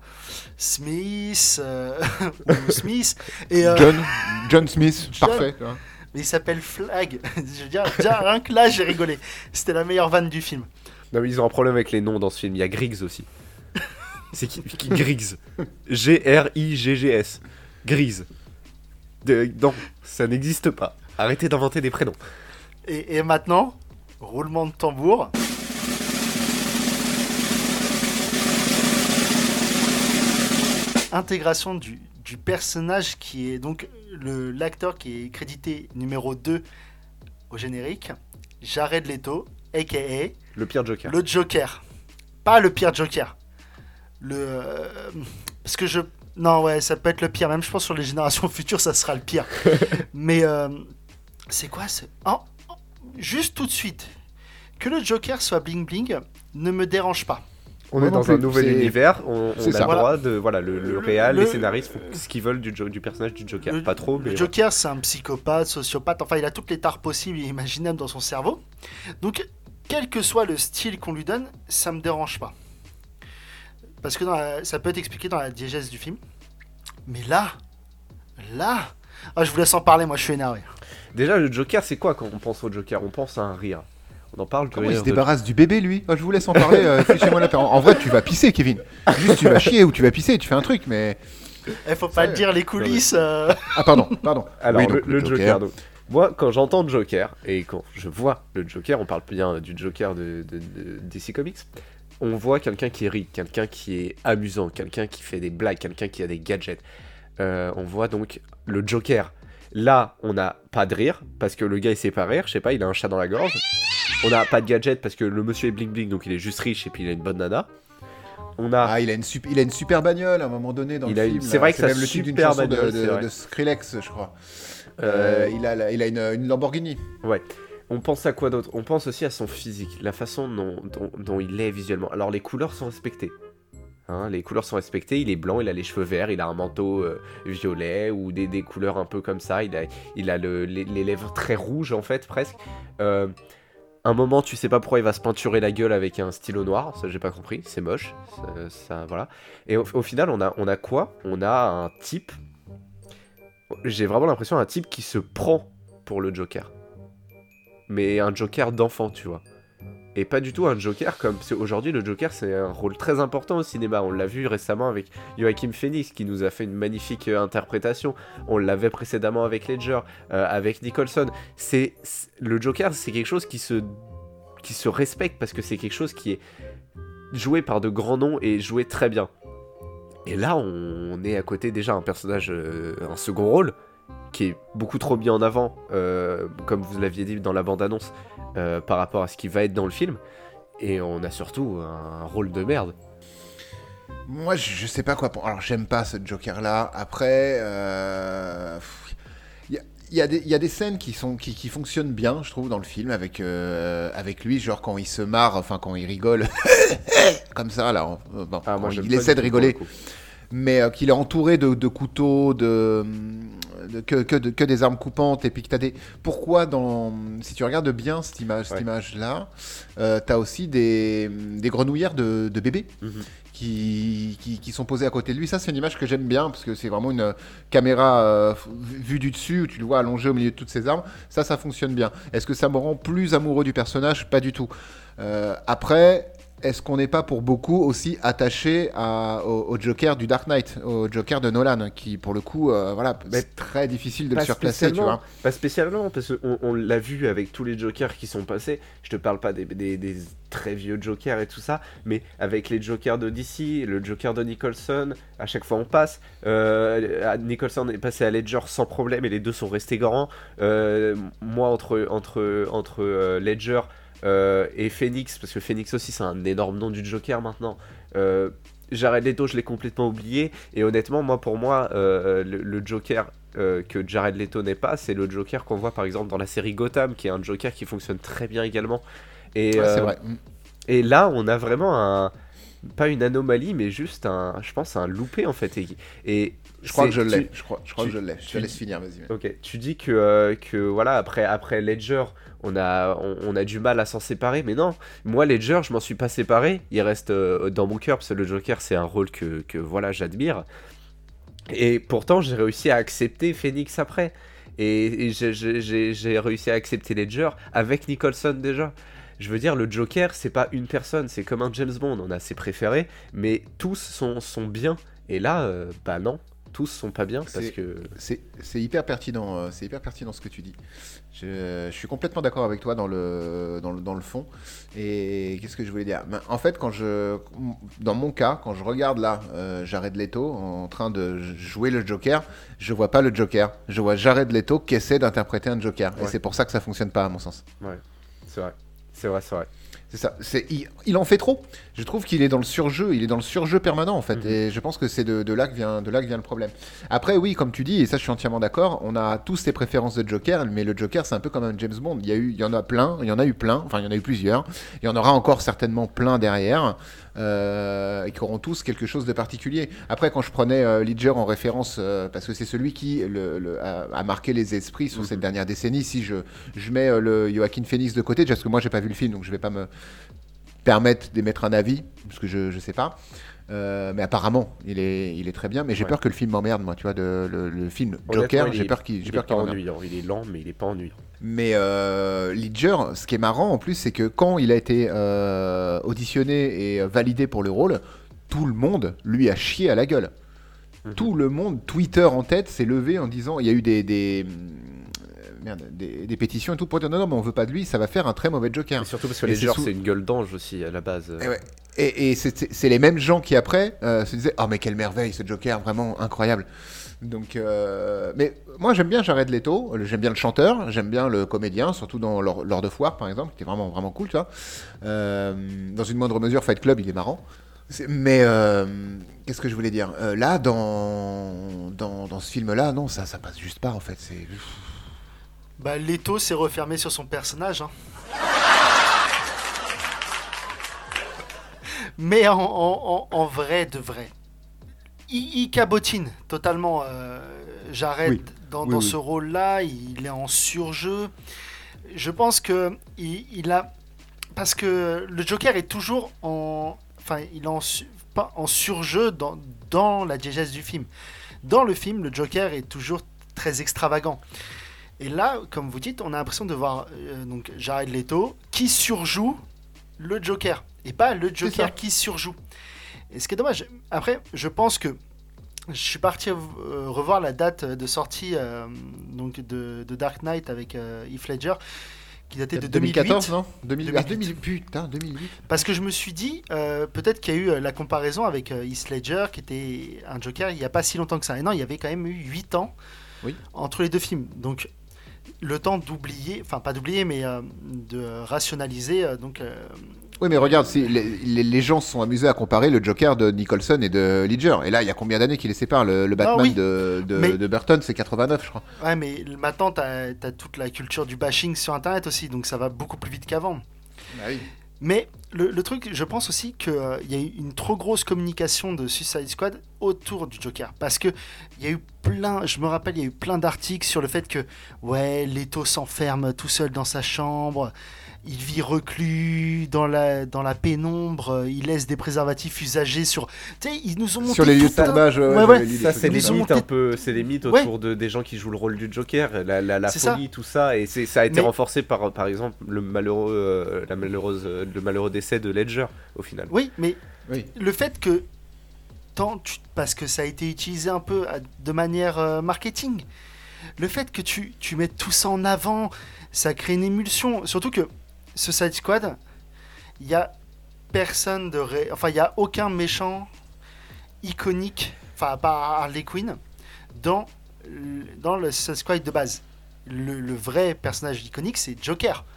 Smith, euh, ou Smith. Et, euh, John, John Smith, John. parfait. tu vois. Mais il s'appelle Flag. Je veux dire, déjà, rien que là, j'ai rigolé. C'était la meilleure vanne du film. Non mais ils ont un problème avec les noms dans ce film, il y a Griggs aussi. C'est qui, qui Griggs G R I G G S. Griggs. De- non, ça n'existe pas. Arrêtez d'inventer des prénoms. Et, et maintenant, roulement de tambour. Intégration du, du personnage qui est donc le, l'acteur qui est crédité numéro deux au générique, Jared Leto, a k a Le pire Joker. le Joker. Pas le pire Joker. Le... euh, parce que je... Non, ouais, ça peut être le pire. Même, je pense, sur les générations futures, ça sera le pire. Mais euh, c'est quoi c'est... Oh, oh, juste tout de suite. Que le Joker soit bling-bling ne me dérange pas. On Moi est non dans plus, un nouvel c'est- univers, on, on c'est a ça. le droit de... Voilà, le, le Le- réal, le- les scénaristes font ce qu'ils veulent du, jo- du personnage du Joker. Le- Pas trop, mais... Le Joker, c'est un psychopathe, sociopathe. Enfin, il a toutes les tares possibles et imaginables dans son cerveau. Donc, quel que soit le style qu'on lui donne, ça me dérange pas. Parce que dans la- ça peut être expliqué dans la diégèse du film. Mais là, là... Ah, je vous laisse en parler, moi je suis énervé. Déjà, le Joker, c'est quoi quand on pense au Joker ? On pense à un rire. On en parle de Comment il rire se de- débarrasse du bébé, lui ? Ah, je vous laisse en parler, euh, fichez-moi la paix. En, en vrai, tu vas pisser, Kevin. Juste, tu vas chier ou tu vas pisser, tu fais un truc, mais... Il faut pas Ouais. dire les coulisses. euh. Ah, pardon, pardon. Alors, Oui, le, donc, le Joker. donc, moi, quand j'entends Joker, et quand je vois le Joker, on parle bien du Joker de, de, de D C Comics, on voit quelqu'un qui rit, quelqu'un qui est amusant, quelqu'un qui fait des blagues, quelqu'un qui a des gadgets. Euh, on voit donc le Joker. Là, on n'a pas de rire, parce que le gars il sait pas rire, je sais pas, il a un chat dans la gorge. On n'a pas de gadget, parce que le monsieur est bling bling, donc il est juste riche, et puis il a une bonne nana. On a... Ah, il a, une sup- il a une super bagnole à un moment donné dans Il le a film. une- c'est là. vrai que sa même le titre d'une super chanson de, bagnole, de- c'est vrai. de Skrillex, je crois. Euh, Euh, il a, la- il a une, une Lamborghini. Ouais. On pense à quoi d'autre ? On pense aussi à son physique, la façon dont, dont, dont il est visuellement. Alors les couleurs sont respectées. Hein, les couleurs sont respectées, il est blanc, il a les cheveux verts, il a un manteau euh, violet ou des, des couleurs un peu comme ça, il a, il a le, les, les lèvres très rouges en fait presque. Euh, un moment tu sais pas pourquoi il va se peinturer la gueule avec un stylo noir, ça j'ai pas compris, c'est moche, ça, ça, voilà. Et au, au final on a, on a quoi ? On a un type, j'ai vraiment l'impression d'un type qui se prend pour le Joker. Mais un Joker d'enfant, tu vois. Et pas du tout un Joker comme... Parce qu'aujourd'hui, le Joker, c'est un rôle très important au cinéma. On l'a vu récemment avec Joaquin Phoenix, qui nous a fait une magnifique euh, interprétation. On l'avait précédemment avec Ledger, euh, avec Nicholson. C'est, c'est- Le Joker, c'est quelque chose qui se... qui se respecte, parce que c'est quelque chose qui est joué par de grands noms et joué très bien. Et là, on est à côté déjà un personnage, euh, un second rôle, qui est beaucoup trop mis en avant, euh, comme vous l'aviez dit dans la bande-annonce, euh, par rapport à ce qui va être dans le film. Et on a surtout un rôle de merde. Moi, je, je sais pas quoi penser. Alors, j'aime pas ce Joker-là. Après, euh... il y, y, y a des scènes qui, sont, qui, qui fonctionnent bien, je trouve, dans le film, avec, euh, avec lui, genre quand il se marre, enfin quand il rigole, comme ça, là. Bon, Ah, moi, il essaie de rigoler. Mais euh, qu'il est entouré de, de couteaux, de, de, que, que, de, que des armes coupantes, et puis que t'as des... Pourquoi, dans... si tu regardes bien cette image, cette Ouais. image-là, euh, t'as aussi des, des grenouillères de, de bébés Mm-hmm. qui, qui, qui sont posées à côté de lui. Ça, c'est une image que j'aime bien, parce que c'est vraiment une caméra euh, vue du dessus, où tu le vois allongé au milieu de toutes ces armes. Ça, ça fonctionne bien. Est-ce que ça me rend plus amoureux du personnage ? Pas du tout. Euh, après... Est-ce qu'on n'est pas pour beaucoup aussi attaché à, au, au Joker du Dark Knight, au Joker de Nolan, qui pour le coup, euh, voilà, Mais c'est très difficile de Pas le surplacer, tu spécialement, vois. pas spécialement, parce qu'on on l'a vu avec tous les Jokers qui sont passés. Je te parle pas des, des, des très vieux Jokers et tout ça, mais avec les Jokers de D C, le Joker de Nicholson, à chaque fois on passe. Euh, Nicholson est passé à Ledger sans problème et les deux sont restés grands. Euh, moi, entre, entre, entre euh, Ledger euh, et Phoenix, parce que Phoenix aussi c'est un énorme nom du Joker maintenant. Euh, Jared Leto, je l'ai complètement oublié, et honnêtement, moi pour moi, euh, le, le Joker euh, que Jared Leto n'est pas, c'est le Joker qu'on voit par exemple dans la série Gotham, qui est un Joker qui fonctionne très bien également. Et, Ouais, c'est euh, vrai. et là, on a vraiment un, pas une anomalie, mais juste un, je pense, un loupé en fait. Et, et Je crois c'est- que je l'ai. tu- Je crois, je crois tu- que je l'ai. Je te tu- laisse finir, vas-y. Ok, tu dis que, euh, que voilà, après, après Ledger, on a, on, on a du mal à s'en séparer, mais non, moi Ledger, je m'en suis pas séparé, il reste euh, dans mon cœur, parce que le Joker, c'est un rôle que, que voilà, j'admire. Et pourtant, j'ai réussi à accepter Phoenix après. Et, et j'ai- j'ai j'ai- j'ai réussi à accepter Ledger avec Nicholson déjà. Je veux dire, le Joker, c'est pas une personne, c'est comme un James Bond, on a ses préférés, mais tous sont, sont bien. Et là, euh, bah non, tous sont pas bien parce C'est- que... C'est c'est hyper pertinent, euh, c'est hyper pertinent ce que tu dis. Je, je suis complètement d'accord avec toi dans le, dans le, dans le fond. Et qu'est-ce que je voulais dire? Ben, en fait, quand je, dans mon cas, quand je regarde là euh, Jared Leto en train de jouer le Joker, je vois pas le Joker. Je vois Jared Leto qui essaie d'interpréter un Joker. Et Ouais. c'est pour ça que ça fonctionne pas à mon sens. Ouais, c'est vrai, c'est vrai, c'est vrai. C'est ça. C'est, il, il en fait trop. Je trouve qu'il est dans le surjeu. Il est dans le surjeu permanent en fait. Mhm. Et je pense que c'est de, de là que vient, de là que vient le problème. Après, oui, comme tu dis, et ça, je suis entièrement d'accord. On a tous ces préférences de Joker, mais le Joker, c'est un peu comme un James Bond. Il y a eu, il y en a plein. Il y en a eu plein. Enfin, il y en a eu plusieurs. Il y en aura encore certainement plein derrière, euh, et qui auront tous quelque chose de particulier. Après, quand je prenais euh, Ledger en référence, euh, parce que c'est celui qui le, le- a, a marqué les esprits sur Mhm. cette dernière décennie. Si je, je mets euh, le Joaquin Phoenix de côté, déjà parce que moi, j'ai pas vu le film, donc je vais pas me permettre d'émettre un avis, parce que je, je sais pas. Euh, mais apparemment, il est, il est très bien. Mais j'ai Ouais. peur que le film m'emmerde, moi, tu vois, de, le, le film Honnêtement, Joker, il j'ai est- peur qu'il, Il j'ai est peur qu'il pas m'emmerde. ennuyant, il est lent, mais il est pas ennuyant. Mais euh, Ledger, ce qui est marrant en plus, c'est que quand il a été euh, auditionné et validé pour le rôle, tout le monde lui a chié à la gueule. Mhm. Tout le monde, Twitter en tête, s'est levé en disant, il y a eu des, des, merde, des, des pétitions et tout pour dire non, non, mais on veut pas de lui, ça va faire un très mauvais Joker. Et surtout parce que Et Ledger, c'est sous- c'est une gueule d'ange aussi à la base. Et, ouais. Et, et c'est, c'est- c'est les mêmes gens qui après euh, se disaient oh mais quelle merveille ce Joker, vraiment incroyable. Donc, euh, mais moi j'aime bien Jared Leto, j'aime bien le chanteur, j'aime bien le comédien, surtout dans Lord Lord of War par exemple, qui était vraiment vraiment cool, tu vois. Euh, dans une moindre mesure, Fight Club, il est marrant. C'est- mais euh, qu'est-ce que je voulais dire? Euh, Là, dans, dans dans ce film-là, non, ça ça passe juste pas en fait. C'est Bah, Leto s'est refermé sur son personnage. hein. Mais en, en- en- en vrai de vrai, il, il cabotine totalement euh, Jared Oui. dans, Oui, dans oui. ce rôle-là. Il est en surjeu. Je pense que il, il a parce que le Joker est toujours en, enfin, il est en su- pas en surjeu dans dans la diégèse du film. Dans le film, le Joker est toujours très extravagant. Et là, comme vous dites, on a l'impression de voir euh, donc Jared Leto qui surjoue le Joker et pas le ça. Joker qui surjoue. Et ce qui est dommage. Après, je pense que je suis parti euh, revoir la date de sortie euh, donc de, de Dark Knight avec euh, Heath Ledger qui datait de deux mille quatorze, deux mille huit. non deux mille huit. Ah, deux mille huit, putain, deux mille huit. Parce que je me suis dit, euh, peut-être qu'il y a eu euh, la comparaison avec euh, Heath Ledger, qui était un Joker il n'y a pas si longtemps que ça. Et non, il y avait quand même eu huit ans Oui. entre les deux films. Donc, le temps d'oublier, enfin pas d'oublier, mais euh, de rationaliser. euh, donc, euh, Oui, mais regarde, si les, les- les gens se sont amusés à comparer le Joker de Nicholson et de Ledger. Et là, il y a combien d'années qui les séparent? Le, le Batman oui. de, de, Mais- de Burton, c'est quatre-vingt-neuf, je crois. ouais, mais maintenant, tu as toute la culture du bashing sur Internet aussi, donc ça va beaucoup plus vite qu'avant. Bah oui. Mais le, le truc, je pense aussi qu'il euh, y a eu une trop grosse communication de Suicide Squad autour du Joker. Parce que il y a eu plein, je me rappelle, il y a eu plein d'articles sur le fait que, ouais, Leto s'enferme tout seul dans sa chambre, il vit reclus dans la, dans la pénombre, il laisse des préservatifs usagés sur. Tu sais, ils nous ont monté Sur les lieux de tout un- tournage, ouais, Ouais, j'avais ouais. lu des Ça, trucs c'est comme les Ils ont mythes monté- un peu, c'est les mythes Ouais. autour de, des gens qui jouent le rôle du Joker, la, la, la C'est ça. folie, tout ça, et c'est, ça a été Mais- renforcé par, par exemple, le malheureux, euh, la malheureuse, euh, le malheureux décès de Ledger, au final. Oui, mais Oui. le fait que tant tu- parce que ça a été utilisé un peu à- de manière euh, marketing, le fait que tu, tu mettes tout ça en avant, ça crée une émulsion. Surtout que ce Suicide Squad, il y a personne de ré... enfin il y a aucun méchant iconique, enfin à part Harley Quinn, dans le- dans le Suicide Squad de base. Le, le vrai personnage iconique, c'est Joker.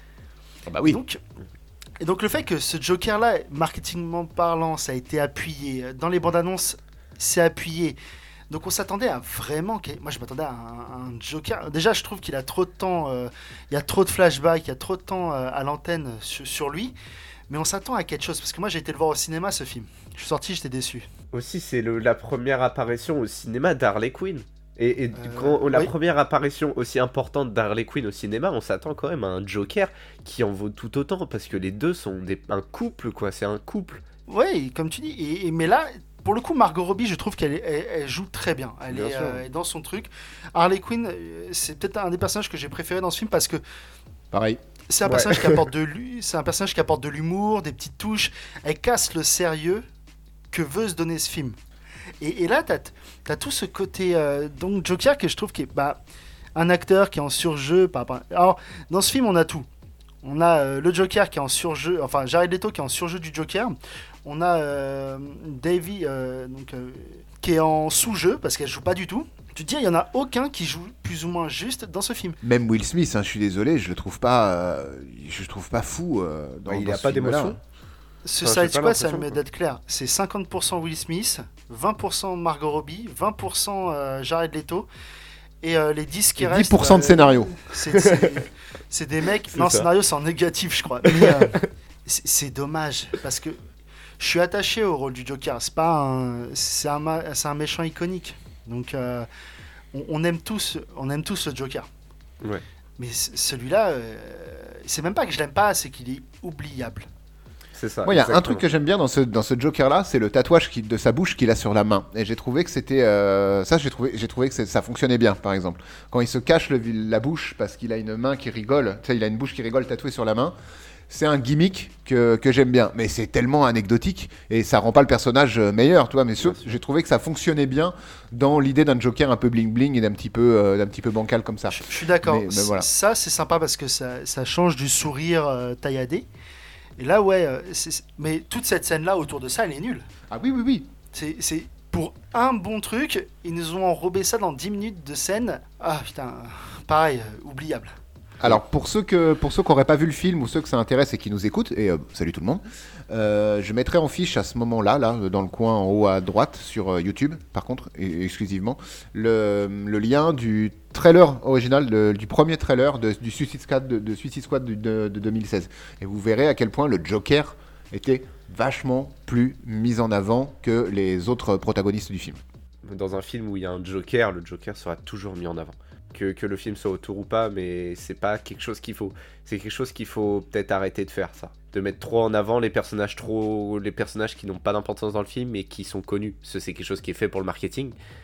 Ah bah oui. Donc, et donc le fait que ce Joker-là, marketingment parlant, ça a été appuyé, dans les bandes annonces, c'est appuyé. Donc on s'attendait à vraiment... qu'il- Moi je m'attendais à un, un Joker... Déjà je trouve qu'il a trop de temps, euh, il y a trop de flashbacks, il y a trop de temps euh, à l'antenne sur, sur lui. Mais on s'attend à quelque chose, parce que moi j'ai été le voir au cinéma ce film. Je suis sorti, j'étais déçu. Aussi, c'est le, la première apparition au cinéma d'Harley Quinn. Et, et Euh, quand la oui. première apparition aussi importante d'Harley Quinn au cinéma, on s'attend quand même à un Joker qui en vaut tout autant, parce que les deux sont des, un couple, quoi, c'est un couple. Ouais, comme tu dis. Et, et- mais là, pour le coup, Margot Robbie, je trouve qu'elle est- elle, elle joue très bien. Elle Bien est sûr. euh, dans son truc. Harley Quinn, euh, c'est peut-être un des personnages que j'ai préféré dans ce film parce que Pareil. c'est un Ouais. personnage qui apporte de l'hu- c'est un personnage qui apporte de l'humour, des petites touches. Elle casse le sérieux que veut se donner ce film. Et, et là, t'as as tout ce côté euh, donc Joker que je trouve qui est bah, un acteur qui est en surjeu. Par rapport à- Alors, dans ce film, on a tout. On a euh, le Joker qui est en surjeu, enfin Jared Leto qui est en surjeu du Joker. On a euh, Davy euh, donc, euh, qui est en sous-jeu parce qu'elle joue pas du tout. Tu te dis, il y en a aucun qui joue plus ou moins juste dans ce film. Même Will Smith, hein, je suis désolé, je le trouve pas, euh, je le trouve pas fou. euh, dans, Ouais, il dans a ce pas film-là. d'émotion. Ce Enfin, j'ai Suicide pas Squad, ça l'impression, me quoi. d'être clair. C'est cinquante pour cent Will Smith, vingt pour cent Margot Robbie, vingt pour cent euh, Jared Leto. Et euh, les dix qui Et restent. dix pour cent de bah, scénario. C'est, c'est- c'est des mecs. C'est Non, ça. scénario, c'est en négatif, je crois. Mais euh, c'est, c'est dommage. Parce que je suis attaché au rôle du Joker. C'est, pas un, c'est, un, ma- c'est un méchant iconique. Donc, euh, on, on aime tous, on aime tous le Joker. Ouais. Mais c- celui-là, euh, c'est même pas que je l'aime pas, c'est qu'il est oubliable. C'est ça. Moi, il y a un exactement. truc que j'aime bien dans ce, dans ce Joker-là, c'est le tatouage qui- de sa bouche qu'il a sur la main. Et j'ai trouvé que c'était. euh, ça, j'ai trouvé, j'ai trouvé que c'est- ça fonctionnait bien, par exemple. Quand il se cache le- la bouche parce qu'il a une main qui rigole, tu sais, il a une bouche qui rigole tatouée sur la main. C'est un gimmick que, que j'aime bien. Mais c'est tellement anecdotique et ça rend pas le personnage euh, meilleur, tu vois. Mais sur- j'ai trouvé que ça fonctionnait bien dans l'idée d'un Joker un peu bling-bling et d'un petit peu, euh, d'un petit peu bancal comme ça. Je, je suis d'accord. Mais- mais voilà. Ça, c'est sympa parce que ça, ça change du sourire euh, tailladé. Et là, ouais. euh, c'est- mais toute cette scène-là autour de ça, elle est nulle. Ah oui, oui, oui. C'est, c'est pour un bon truc, ils nous ont enrobé ça dans dix minutes de scène. Ah putain, pareil, euh, oubliable. Alors pour ceux que pour ceux qui n'auraient pas vu le film ou ceux que ça intéresse et qui nous écoutent, et euh, salut tout le monde, euh, je mettrai en fiche à ce moment-là, là, dans le coin en haut à droite sur euh, YouTube, par contre, et, exclusivement, le, le lien du trailer original, de- du premier trailer de, du Suicide Squad de, de Suicide Squad de, de- de deux mille seize. Et vous verrez à quel point le Joker était vachement plus mis en avant que les autres protagonistes du film. Dans un film où il y a un Joker, le Joker sera toujours mis en avant. Que, que le film soit autour ou pas, mais c'est pas quelque chose qu'il faut. C'est quelque chose qu'il faut peut-être arrêter de faire, ça. De mettre trop en avant les personnages trop, les personnages qui n'ont pas d'importance dans le film et qui sont connus. Parce que c'est quelque chose qui est fait pour le marketing.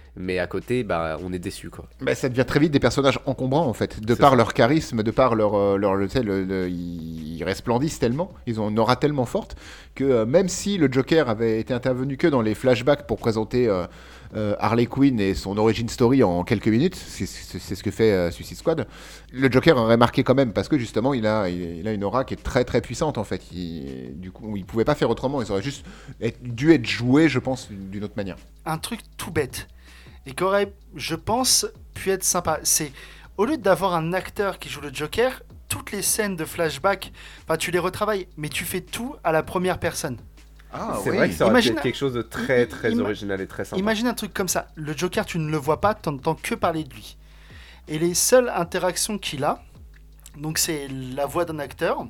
mais à côté, bah, on est déçu, quoi. Bah, ça devient très vite des personnages encombrants en fait, de C'est par ça. leur charisme, de par leur, euh, leur le, tu sais, le- le- ils resplendissent tellement, ils ont une aura tellement forte que euh, même si le Joker avait été intervenu que dans les flashbacks pour présenter euh, euh, Harley Quinn et son origin story en quelques minutes, c'est, c'est- c'est ce que fait euh, Suicide Squad, le Joker aurait marqué quand même parce que justement il a, il, il a une aura qui est très très puissante en fait. Il, du coup, il pouvait pas faire autrement, ils auraient juste être- dû être joués, je pense, d'une autre manière. Un truc tout bête et qui aurait, je pense, pu être sympa. C'est au lieu d'avoir un acteur qui joue le Joker, toutes les scènes de flashback, enfin tu les retravailles, mais tu fais tout à la première personne. Ah c'est vrai que ça aurait Imagine- pu être quelque chose de très très Ima- original et très sympa. Imagine un truc comme ça. Le Joker, tu ne le vois pas, tu n'entends que parler de lui. Et les seules interactions qu'il a, donc c'est la voix d'un acteur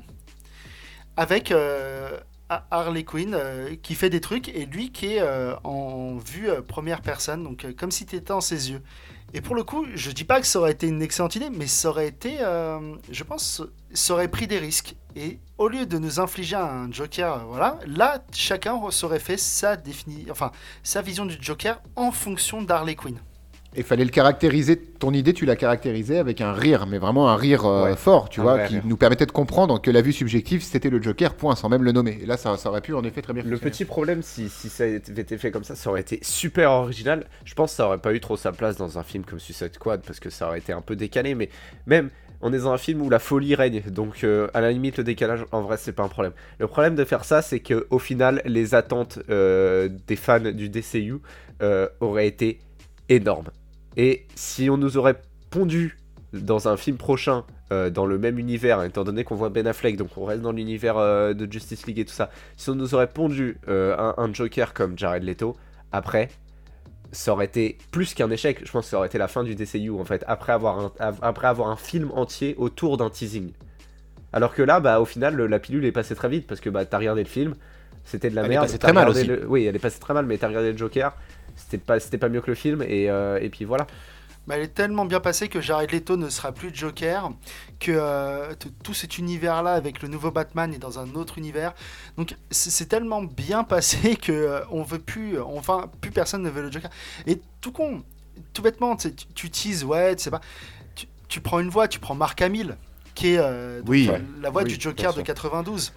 avec euh, Ha- Harley Quinn euh, qui fait des trucs et lui qui est euh, en vue euh, première personne, donc euh, comme si tu étais dans ses yeux. Et pour le coup, je dis pas que ça aurait été une excellente idée, mais ça aurait été, euh, je pense, ça aurait pris des risques. Et au lieu de nous infliger un Joker, euh, voilà, là, chacun aurait fait sa défini, enfin, sa vision du Joker en fonction d'Harley Quinn. Il fallait le caractériser, ton idée tu l'as caractérisée avec un rire, mais vraiment un rire euh, Ouais, fort, tu un vois, vrai qui rire. nous permettait de comprendre que la vue subjective c'était le Joker, point, sans même le nommer. Et là ça, ça aurait pu en effet très bien Le fonctionner. petit problème, si, si ça avait été fait comme ça, ça aurait été super original. Je pense que ça aurait pas eu trop sa place dans un film comme Suicide Squad, parce que ça aurait été un peu décalé, mais même, on est dans un film où la folie règne, donc euh, à la limite, le décalage, en vrai, c'est pas un problème. Le problème de faire ça, c'est que au final, les attentes euh, des fans du D C U euh, auraient été énormes. Et si on nous aurait pondu dans un film prochain, euh, dans le même univers, étant donné qu'on voit Ben Affleck, donc on reste dans l'univers euh, de Justice League et tout ça, si on nous aurait pondu euh, un, un Joker comme Jared Leto, après, ça aurait été plus qu'un échec. Je pense que ça aurait été la fin du D C U, en fait, après avoir un, av- après avoir un film entier autour d'un teasing. Alors que là, bah, au final, le- la pilule est passée très vite, parce que bah, t'as regardé le film, c'était de la Elle est merde. passée t'as très mal regardé aussi. le- Oui, elle est passée très mal, mais t'as regardé le Joker, c'était pas, c'était pas mieux que le film, et, euh, et puis voilà. Bah, elle est tellement bien passée que Jared Leto ne sera plus Joker, que euh, t- tout cet univers-là avec le nouveau Batman est dans un autre univers. Donc c'est c'est tellement bien passé que euh, on veut plus, enfin plus personne ne veut le Joker. Et tout con, tout bêtement, tu, sais, tu, tu teases, ouais, tu sais pas, tu, tu prends une voix, tu prends Mark Hamill, qui est euh, donc, Oui. euh, la voix Oui, du bien Joker de sûr. quatre-vingt-douze,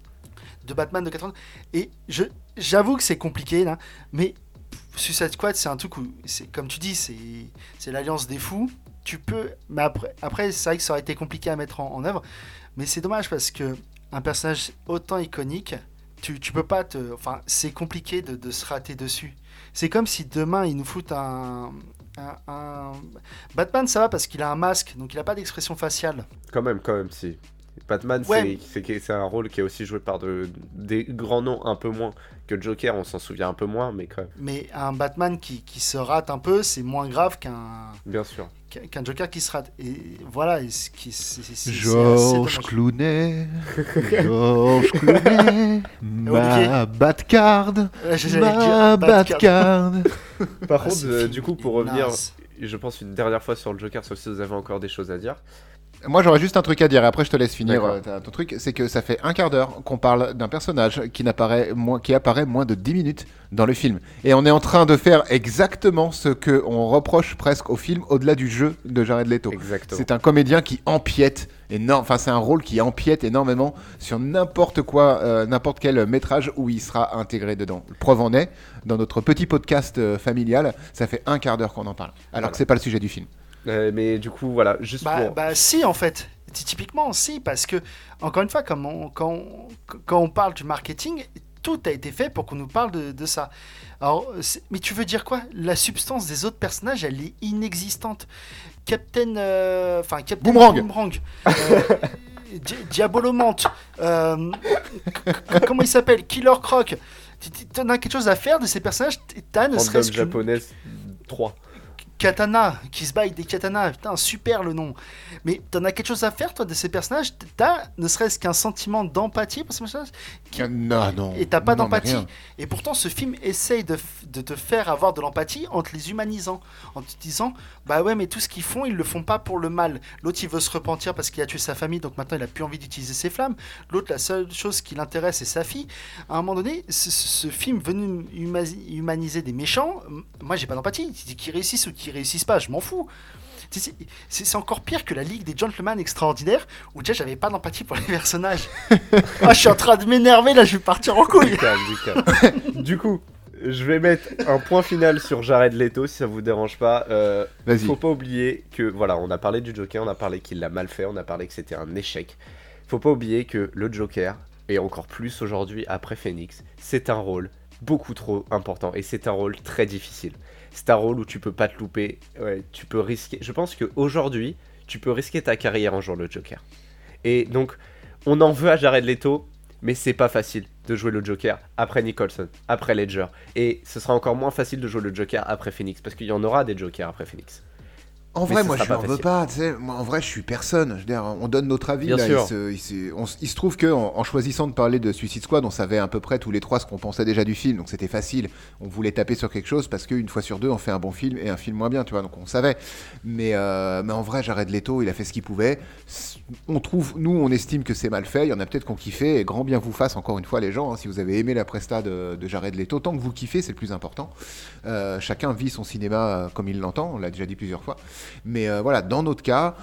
de Batman de quatre-vingt-douze. Et je, j'avoue que c'est compliqué là, mais Suicide Squad, c'est un truc où, c'est, comme tu dis, c'est, c'est l'alliance des fous. Tu peux, mais après, après, c'est vrai que ça aurait été compliqué à mettre en, en œuvre. Mais c'est dommage parce que un personnage autant iconique, tu, tu peux pas te, enfin, c'est compliqué de, de se rater dessus. C'est comme si demain ils nous foutent un, un, un- Batman, ça va parce qu'il a un masque, donc il a pas d'expression faciale. Quand même, quand même, si. Batman, Ouais. c'est, c'est, c'est un rôle qui est aussi joué par de, des grands noms un peu moins que Joker, on s'en souvient un peu moins, mais quand même, Mais un Batman qui, qui se rate un peu, c'est moins grave qu'un, bien sûr. qu'un qu'un Joker qui se rate. Et voilà, et ce qui, c'est, c'est, c'est assez Georges dommage. Clooney, Georges Clooney, ma Batcard, Ouais, j'allais le dire, ma Batcard. Batcard. Par Ah, contre, ce euh, film du coup, pour est revenir, naze. je pense une dernière fois sur le Joker, sauf si vous avez encore des choses à dire. Moi j'aurais juste un truc à dire et après je te laisse finir D'accord. euh, ta- ton truc, c'est que ça fait un quart d'heure qu'on parle d'un personnage qui, n'apparaît moins, qui apparaît moins de dix minutes dans le film. Et on est en train de faire exactement ce qu'on reproche presque au film au-delà du jeu de Jared Leto. Exactement. C'est un comédien qui empiète énorme, enfin c'est un rôle qui empiète énormément sur n'importe quoi, euh, n'importe quel métrage où il sera intégré dedans. Preuve en est, dans notre petit podcast euh, familial, ça fait un quart d'heure qu'on en parle, alors Voilà. que c'est pas le sujet du film. Euh, mais du coup, voilà, juste Bah, pour... bah si en fait, Ty- typiquement si, parce que encore une fois, comme on- quand, on, quand on parle du marketing, tout a été fait pour qu'on nous parle de, de ça. Alors, c'est- mais tu veux dire quoi? La substance des autres personnages, elle est inexistante. Captain, euh, enfin Captain Boomerang. Boomerang, euh, Di- Diabolomante, euh, c- c- comment il s'appelle? Killer Croc. Tu- tu- T'en as quelque chose à faire de ces personnages? T'as ne Random serait-ce qu'une japonaise trois. katana, qui se bat avec des katanas. Putain, super le nom. Mais t'en as quelque chose à faire, toi, de ces personnages? T'as ne serait-ce qu'un sentiment d'empathie pour ces personnages? Qui... Non, non. Et t'as pas non, d'empathie. Et pourtant, ce film essaye de, de te faire avoir de l'empathie en te les humanisant. En te disant, bah ouais, mais tout ce qu'ils font, ils le font pas pour le mal. L'autre, il veut se repentir parce qu'il a tué sa famille, donc maintenant, il a plus envie d'utiliser ses flammes. L'autre, la seule chose qui l'intéresse, c'est sa fille. À un moment donné, ce, ce film venu humaniser des méchants, moi, j'ai pas d'empathie. Qu'ils réussissent ou qu'ils réussissent pas, je m'en fous. C'est, c'est, c'est encore pire que la Ligue des Gentlemen Extraordinaires, où déjà j'avais pas d'empathie pour les personnages. Ah, je suis en train de m'énerver là, je vais partir en couille. Du calme, du calme. Du coup, je vais mettre un point final sur Jared Leto si ça vous dérange pas. Euh, Vas-y. Faut pas oublier que, voilà, on a parlé du Joker, on a parlé qu'il l'a mal fait, on a parlé que c'était un échec. Faut pas oublier que le Joker, et encore plus aujourd'hui après Phoenix, c'est un rôle beaucoup trop important et c'est un rôle très difficile. C'est un rôle où tu peux pas te louper, ouais, tu peux risquer. Je pense qu'aujourd'hui, tu peux risquer ta carrière en jouant le Joker. Et donc, on en veut à Jared Leto, mais c'est pas facile de jouer le Joker après Nicholson, après Ledger. Et ce sera encore moins facile de jouer le Joker après Phoenix, parce qu'il y en aura des Jokers après Phoenix. En Mais vrai, ce moi, je sera lui pas en veux facile. pas. Tu sais, moi, en vrai, je suis personne. Je veux dire, on donne notre avis. Bien Là, sûr. il, se, il, se, on, il se trouve que en, en choisissant de parler de Suicide Squad, on savait à peu près tous les trois ce qu'on pensait déjà du film, donc c'était facile. On voulait taper sur quelque chose parce qu'une fois sur deux, on fait un bon film et un film moins bien, tu vois. Donc on savait. Mais, euh, mais en vrai, Jared Leto, il a fait ce qu'il pouvait. On trouve, nous, on estime que c'est mal fait. Il y en a peut-être qu'on kiffait. Et grand bien vous fasse encore une fois, les gens. Hein, si vous avez aimé la presta de, de Jared Leto, tant que vous le kiffez, c'est le plus important. Euh, chacun vit son cinéma comme il l'entend. On l'a déjà dit plusieurs fois. Mais euh, voilà. Dans notre cas,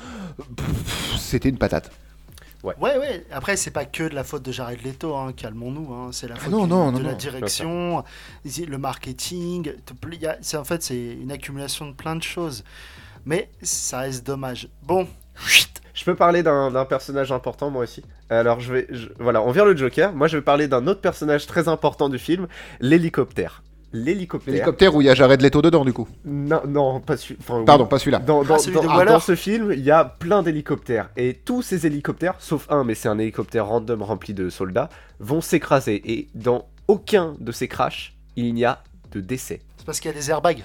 pff, c'était une patate. Ouais, ouais. Après, c'est pas que de la faute de Jared Leto, hein. Calmons-nous. Hein. C'est la faute Ah non, du- non, de non, la non. direction, le marketing. Il y a- c'est, en fait, c'est une accumulation de plein de choses. Mais ça reste dommage. Bon, chut. Je peux parler d'un, d'un personnage important, moi aussi. Alors, je vais... je- Voilà, on vient le Joker. Moi, je vais parler d'un autre personnage très important du film, l'hélicoptère. L'hélicoptère... L'hélicoptère où il y a Jared Leto dedans, du coup. Non, non, pas celui... enfin, oui. Pardon, pas celui-là. Dans, dans, Ah, celui dans- de ah, Waller. dans ce film, il y a plein d'hélicoptères. Et tous ces hélicoptères, sauf un, mais c'est un hélicoptère random rempli de soldats, vont s'écraser. Et dans aucun de ces crashs, il n'y a de décès. C'est parce qu'il y a des airbags.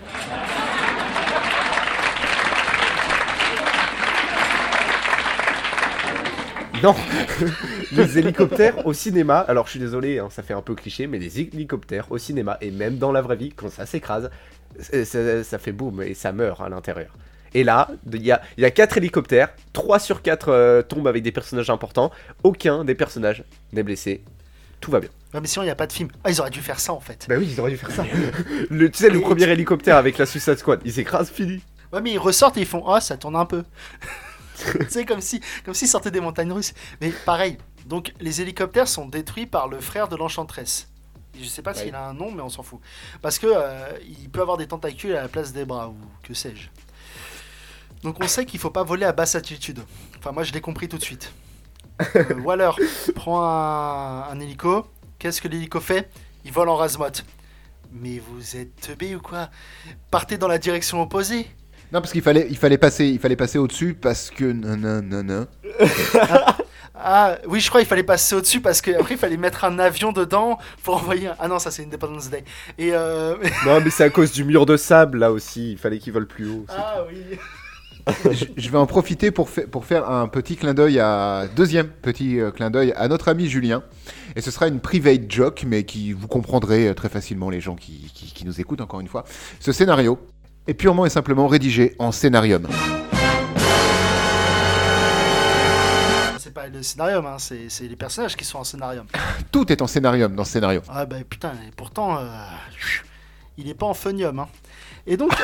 Non. Les hélicoptères au cinéma, alors je suis désolé, hein, ça fait un peu cliché, mais les hélicoptères au cinéma, et même dans la vraie vie, quand ça s'écrase, ça, ça- ça fait boum et ça meurt à l'intérieur. Et là, il y a, il y a quatre hélicoptères, trois sur quatre euh, tombent avec des personnages importants, aucun des personnages n'est blessé, tout va bien. Ouais, mais sinon, il n'y a pas de film. Ah, ils auraient dû faire ça en fait. Bah oui, ils auraient dû faire ça. Le, tu sais, le Et- premier hélicoptère avec la Suicide Squad, il s'écrase, fini. Ouais, mais ils ressortent et ils font ah, ça tourne un peu. Tu sais, comme si, comme s'ils sortaient des montagnes russes. Mais pareil, donc les hélicoptères sont détruits par le frère de l'Enchantresse. Je sais pas Ouais. s'il a un nom, mais on s'en fout. Parce que euh, il peut avoir des tentacules à la place des bras, ou que sais-je. Donc on sait qu'il faut pas voler à basse altitude. Enfin, moi je l'ai compris tout de suite. Euh, Waller prend un, un hélico. Qu'est-ce que l'hélico fait? Il vole en rase-motte. Mais vous êtes teubés ou quoi? Partez dans la direction opposée. Non, parce qu'il fallait, il fallait passer, il fallait passer au-dessus parce que non, non, non, non. Ah oui, je crois qu'il fallait passer au-dessus parce qu'après il fallait mettre un avion dedans pour envoyer un... Ah non, ça c'est Independence Day. Et euh... Non, mais c'est à cause du mur de sable, là aussi, il fallait qu'ils volent plus haut. c'est Ah oui. je, je vais en profiter pour, fa- pour faire un petit clin d'œil à deuxième petit euh, clin d'œil à notre ami Julien. Et ce sera une private joke, mais qui vous comprendrez euh, très facilement les gens qui, qui, qui nous écoutent encore une fois. Ce scénario est purement et simplement rédigé en scénarium. C'est pas le scénarium, hein, c'est, c'est les personnages qui sont en scénarium. Tout est en scénarium dans ce scénario. Ah bah putain, et pourtant, euh, il est pas en phonium. Hein. Et donc...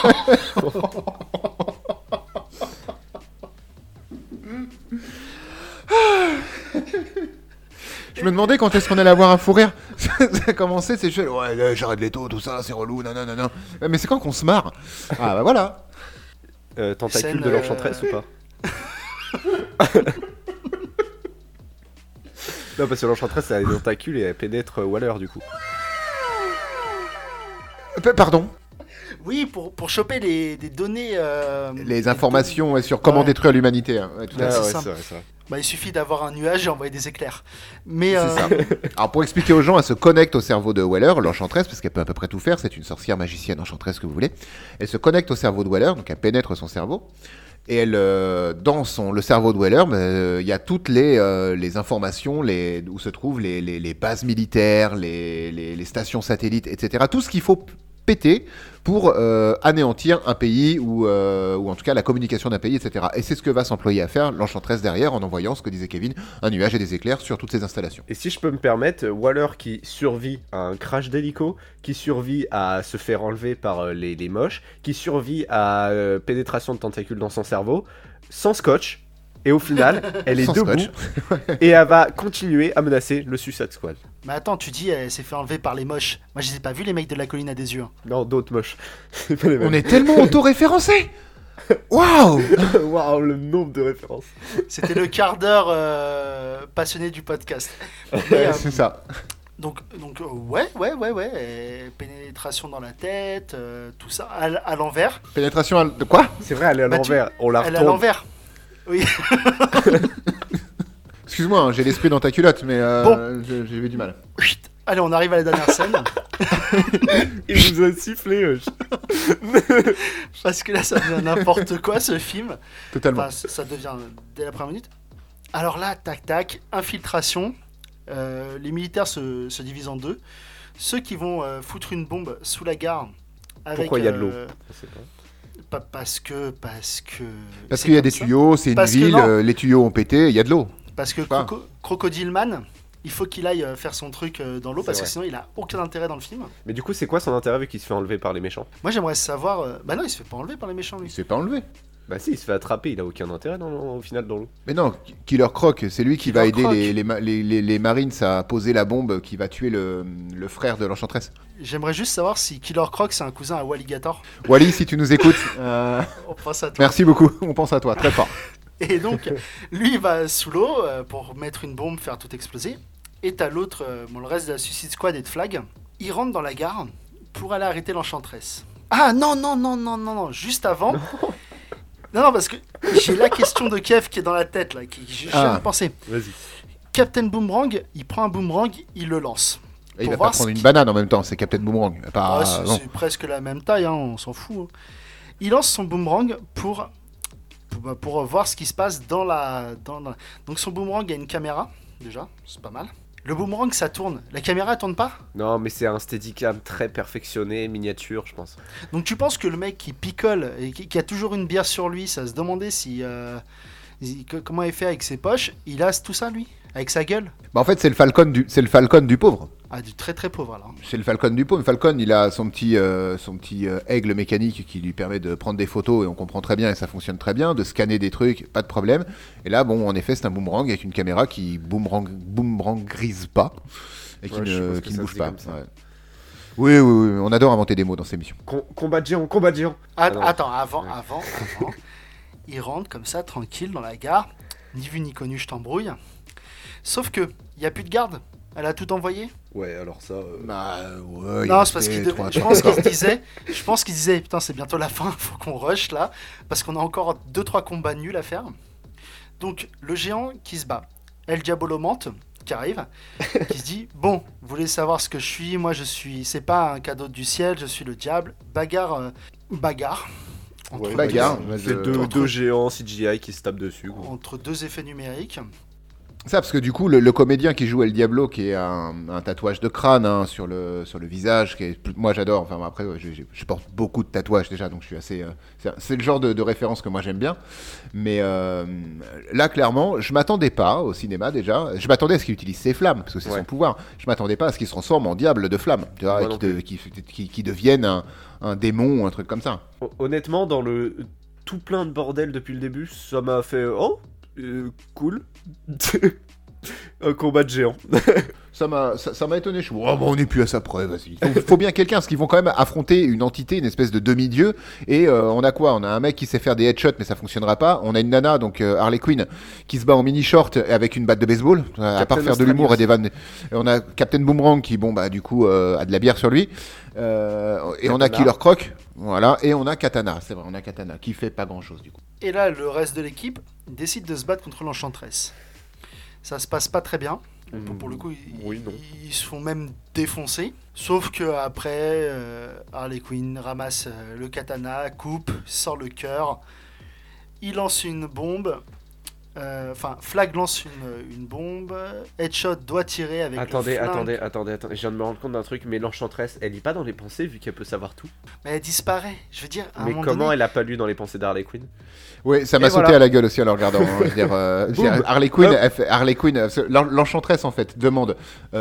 Je me demandais quand est-ce qu'on allait avoir un fou rire. Ça a commencé, c'est juste, ouais, là, Jared Leto, tout ça, c'est relou, non, non, non, non. Mais c'est quand qu'on se marre? Ah bah voilà. Euh, tentacule Scène, de euh, l'enchantresse ou pas? Non, parce que l'enchantresse, elle a des tentacules et elle pénètre euh, Waller, du coup. Euh, Pardon. Oui, pour, pour choper les, des données... euh, Les informations ouais, sur comment Ouais. détruire l'humanité. hein. Ouais, tout à Ouais, fait. c'est ça. vrai, c'est vrai. Bah, il suffit d'avoir un nuage et envoyer des éclairs. Mais C'est euh, ça. Alors pour expliquer aux gens, elle se connecte au cerveau de Weller, l'enchanteresse, parce qu'elle peut à peu près tout faire, c'est une sorcière magicienne enchanteresse que vous voulez. Elle se connecte au cerveau de Weller, donc elle pénètre son cerveau. Et elle, euh, dans son, le cerveau de Weller, il euh, y a toutes les, euh, les informations les, où se trouvent les, les, les bases militaires, les, les, les stations satellites, et cetera. Tout ce qu'il faut péter pour euh, anéantir un pays ou, euh, ou en tout cas la communication d'un pays, et cetera. Et c'est ce que va s'employer à faire l'enchanteresse derrière en envoyant, ce que disait Kevin, un nuage et des éclairs sur toutes ces installations. Et si je peux me permettre, Waller qui survit à un crash d'hélico, qui survit à se faire enlever par euh, les, les moches, qui survit à euh, pénétration de tentacules dans son cerveau, sans scotch, et au final, elle est Sans debout, scotch. et elle va continuer à menacer le Suicide Squad. mais attends, tu dis, elle s'est fait enlever par les moches. Moi, je les ai pas vus, les mecs de la colline à des yeux. hein. Non, d'autres moches. C'est pas les mêmes. On est tellement auto-référencés. Waouh. Waouh, le nombre de références. C'était le quart d'heure euh, passionné du podcast. Mais, euh, C'est ça. donc, donc euh, ouais, ouais, ouais, ouais. euh, pénétration dans la tête, euh, tout ça, à, l- à l'envers. Pénétration à... de quoi? C'est vrai, elle est à Bah, tu- l'envers. On la Elle est à retourne. l'envers. Oui. Excuse-moi, hein, j'ai l'esprit dans ta culotte, mais euh, Bon. je- j'ai eu du mal. Chut. Allez, on arrive à la dernière scène. Il nous a sifflé. wesh. Parce que là, ça devient n'importe quoi, ce film. Totalement. Enfin, ça ça devient dès la première minute. Alors là, tac, tac, infiltration. Euh, les militaires se, se divisent en deux. Ceux qui vont euh, foutre une bombe sous la gare. Avec, Pourquoi il y a de l'eau euh, Je sais pas. pas parce que, parce que. Parce c'est qu'il y a comme des ça. tuyaux, c'est une Parce que ville, non. euh, les tuyaux ont pété, il y a de l'eau. Parce que pas. Croco- Crocodile Man, il faut qu'il aille euh, faire son truc euh, dans l'eau C'est parce que vrai. sinon il a aucun intérêt dans le film. Mais du coup, c'est quoi son intérêt vu qu'il se fait enlever par les méchants? Moi j'aimerais savoir. euh, Bah non, il se fait pas enlever par les méchants Il lui. se fait pas enlever. Bah si, il se fait attraper, il a aucun intérêt dans, au final dans l'eau. Mais non, Killer Croc, c'est lui qui Killer va aider Croc. les, les, ma- les, les- les Marines à poser la bombe qui va tuer le, le frère de l'enchanteresse. J'aimerais juste savoir si Killer Croc c'est un cousin à Walligator. Wally, si tu nous écoutes, euh, On pense à toi. merci beaucoup, on pense à toi, très fort. Et donc, lui il va sous l'eau euh, pour mettre une bombe, faire tout exploser. Et t'as l'autre, euh, bon, le reste de la Suicide Squad et de Flag. Il rentre dans la gare pour aller arrêter l'enchanteresse. Ah non, non, non, non, non, non, juste avant. Non, non, parce que j'ai la question de Kev qui est dans la tête là, qui je je viens Ah. de penser. Vas-y. Captain Boomerang, il prend un boomerang, il le lance. Et il Pour va voir pas prendre ce une qui- banane en même temps, c'est Captain Boomerang. Pas, Ouais, c'est non. c'est presque la même taille, hein, on s'en fout. hein. Il lance son boomerang pour, pour, bah, pour voir ce qui se passe dans la, dans la- Donc son boomerang a une caméra, déjà, c'est pas mal. Le boomerang, ça tourne. La caméra, elle tourne pas. Non, mais c'est un steadicam très perfectionné, miniature, je pense. Donc tu penses que le mec qui picole et qui, qui a toujours une bière sur lui, ça se demandait si... euh, il- que- comment il fait avec ses poches. Il a tout ça, lui, avec sa gueule. Bah, en fait, c'est le Falcon du, c'est le Falcon du pauvre. Ah, du très très pauvre, alors. C'est le Falcon du pauvre. Falcon, il a son petit, euh, son petit euh, aigle mécanique qui lui permet de prendre des photos et on comprend très bien et ça fonctionne très bien, de scanner des trucs, pas de problème. Et là, bon, en effet, c'est un boomerang avec une caméra qui boomerang, boomerang grise pas et qui Ouais, je ne, suppose que qui ne ça se bouge dit pas. comme ça. Ouais. Oui, oui, oui, on adore inventer des mots dans ces émissions. Com- combat de géant, combat de géant. Ah, Ah non. attends, avant, Ouais. avant, avant. Il rentre comme ça, tranquille, dans la gare. Ni vu ni connu, je t'embrouille. Sauf que, il n'y a plus de garde. Elle a tout envoyé. Ouais, alors ça. euh, Bah, ouais, il Non, c'est parce restait qu'il devait- trois- je pense qu'il se disait, je pense qu'il disait, putain, c'est bientôt la fin, faut qu'on rush là, parce qu'on a encore deux trois combats nuls à faire. Donc le géant qui se bat, El Diabolomante qui arrive, qui se dit, bon, vous voulez savoir ce que je suis, moi je suis, c'est pas un cadeau du ciel, je suis le diable, bagarre, euh, bagarre. Entre, ouais, bagarre, c'est- ouais, C'est je- deux, entre- deux géants C G I qui se tapent dessus. quoi. entre deux effets numériques. Ça, parce que du coup, le, le comédien qui joue El Diablo, qui est un, un tatouage de crâne hein, sur, le, sur le visage, qui est, plus- moi j'adore, enfin après, ouais, je, je- je porte beaucoup de tatouages déjà, donc je suis assez... euh, c'est, c'est le genre de, de référence que moi j'aime bien. Mais euh, là, clairement, je m'attendais pas au cinéma déjà, je m'attendais à ce qu'il utilise ses flammes, parce que c'est Ouais. son pouvoir. Je m'attendais pas à ce qu'il se transforme en diable de flamme, tu vois, Moi et non qu'il de- qu'il- qu'il- qu'il devienne un, un démon ou un truc comme ça. Hon- Honnêtement, dans le tout plein de bordel depuis le début, ça m'a fait oh euh, cool. Un combat de géants. Ça m'a, ça, ça m'a étonné. Je suis, oh, bon, on n'est plus à ça près, vas-y. Il faut bien quelqu'un, parce qu'ils vont quand même affronter une entité, une espèce de demi-dieu. Et euh, on a quoi? On a un mec qui sait faire des headshots, mais ça fonctionnera pas. On a une nana, donc euh, Harley Quinn, qui se bat en mini-short avec une batte de baseball, euh, à part faire de l'humour et des vannes. Et on a Captain Boomerang qui, bon, bah, du coup, euh, a de la bière sur lui. Euh, et Katana. on a Killer Croc. Voilà. Et on a Katana, c'est vrai, on a Katana, qui fait pas grand-chose, du coup. Et là, le reste de l'équipe décide de se battre contre l'Enchantress. Ça se passe pas très bien. Pour, pour le coup, ils, Oui, non. ils se font même défoncer. Sauf que après, euh, Harley Quinn ramasse euh, le katana, coupe, sort le cœur. Il lance une bombe. euh, Enfin, Flag lance une, une bombe. Headshot doit tirer avec Attendez, le flingue. attendez, attendez, attendez. Je viens de me rendre compte d'un truc, mais l'Enchantress, elle lit pas dans les pensées vu qu'elle peut savoir tout. Mais elle disparaît. Je veux dire, à un Mais moment comment donné, elle a pas lu dans les pensées d'Harley Quinn? Oui, ça m'a Et sauté voilà. à la gueule aussi en le regardant. hein. Je veux dire, euh, je veux dire, Boum. Harley Quinn, Hop. elle fait- Harley Quinn, euh, l'en- l'enchantresse en fait demande,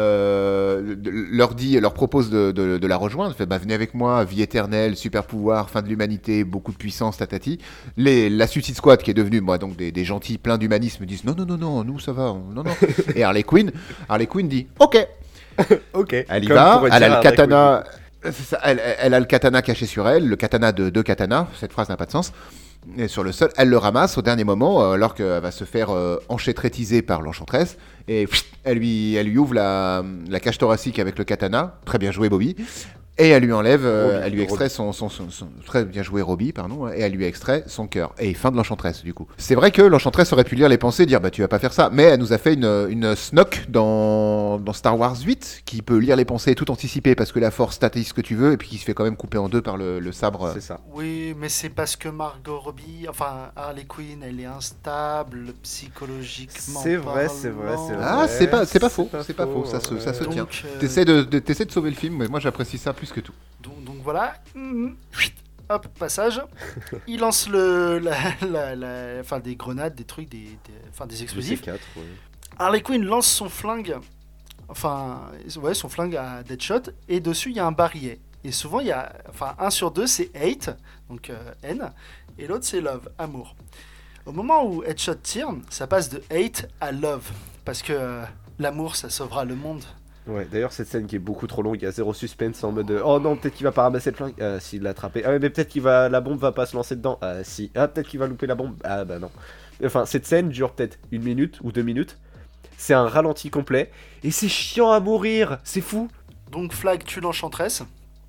euh, de- leur dit, leur propose de, de- de la rejoindre. Elle fait, bah venez avec moi, vie éternelle, super pouvoir, fin de l'humanité, beaucoup de puissance, tatati. Les, la Suicide Squad qui est devenue, moi donc des, des gentils pleins d'humanisme disent non non non non, nous ça va, on- non non. Et Harley Quinn, Harley Quinn dit ok. Ok. Elle y Comme va, pourrait elle a dire le Harley katana. c'est ça, elle, elle a le katana caché sur elle, le katana de deux katanas. Cette phrase n'a pas de sens. Et sur le sol, elle le ramasse au dernier moment, euh, alors qu'elle va se faire euh, enchâtrétiser par l'enchantresse. Et pfft, elle lui, elle lui ouvre la, la cage thoracique avec le katana. Très bien joué, Bobby. Et elle lui enlève, euh, Robbie, elle lui extrait Robbie. son, son, son, son- très bien joué Robbie, pardon, et elle lui extrait son cœur. Et fin de l'enchantresse du coup. C'est vrai que l'enchantresse aurait pu lire les pensées, et dire bah tu vas pas faire ça, mais elle nous a fait une, une Snoke dans, dans Star Wars huit qui peut lire les pensées et tout anticiper parce que la Force t'attise ce que tu veux et puis qui se fait quand même couper en deux par le, le sabre. C'est ça. Oui, mais c'est parce que Margot Robbie, enfin Harley Quinn, elle est instable psychologiquement. C'est vrai, c'est vrai, c'est vrai. Ah c'est pas c'est pas c'est faux, pas c'est pas faux, faux, ça se, ça se ouais. tient. Donc, euh, T'essaies de, de, t'essaies de sauver le film, mais moi j'apprécie ça plus que tout. donc, donc voilà. Mhm. Hop, passage. Il lance le, la, la, la- enfin des grenades, des trucs, des, des- enfin des Du explosifs. C quatre, ouais. Harley Quinn lance son flingue, enfin ouais, son flingue à Deadshot, et dessus il y a un barillet. Et souvent il y a, enfin un sur deux c'est hate, donc euh, haine, et l'autre c'est love, amour. Au moment où Headshot tire, ça passe de hate à love, parce que euh, l'amour ça sauvera le monde. Ouais, d'ailleurs, cette scène qui est beaucoup trop longue, il y a zéro suspense en mode de, oh non, peut-être qu'il va pas ramasser le flingue. Ah, si, il l'a attrapé. Ah, mais peut-être qu'il va. La bombe va pas se lancer dedans. Ah, si. Ah, peut-être qu'il va louper la bombe. Ah, bah non. Enfin, cette scène dure peut-être une minute ou deux minutes. C'est un ralenti complet. Et c'est chiant à mourir. C'est fou. Donc Flag tue l'enchantresse,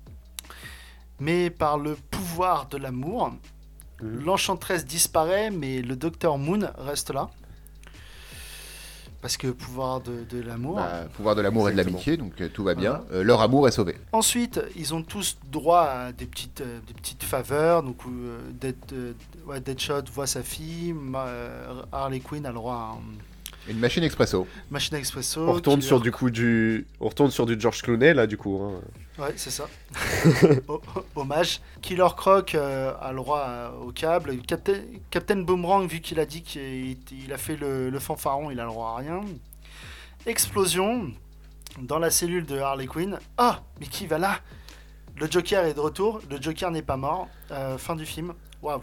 mais par le pouvoir de l'amour, Mhm. l'enchantresse disparaît, mais le docteur Moon reste là. Parce que pouvoir de, de l'amour. Bah, pouvoir de l'amour et de Exactement. l'amitié, donc euh, tout va bien. Voilà. Euh, leur amour est sauvé. Ensuite, ils ont tous droit à des petites, euh, des petites faveurs. Donc, euh, Dead, euh, ouais, Deadshot voit sa fille, ma- euh, Harley Quinn a le droit à une Une machine expresso. machine à expresso. On retourne qui sur leur- du coup du. On retourne sur du George Clooney là, du coup. hein. Ouais, c'est ça. Ho- Hommage. Killer Croc euh, a le droit à- au câble. Captain, Captain Boomerang, vu qu'il a dit qu'il il a fait le, le fanfaron, il a le droit à rien. Explosion dans la cellule de Harley Quinn. Ah, mais qui va là? Le Joker est de retour. Le Joker n'est pas mort. Euh, fin du film. Waouh.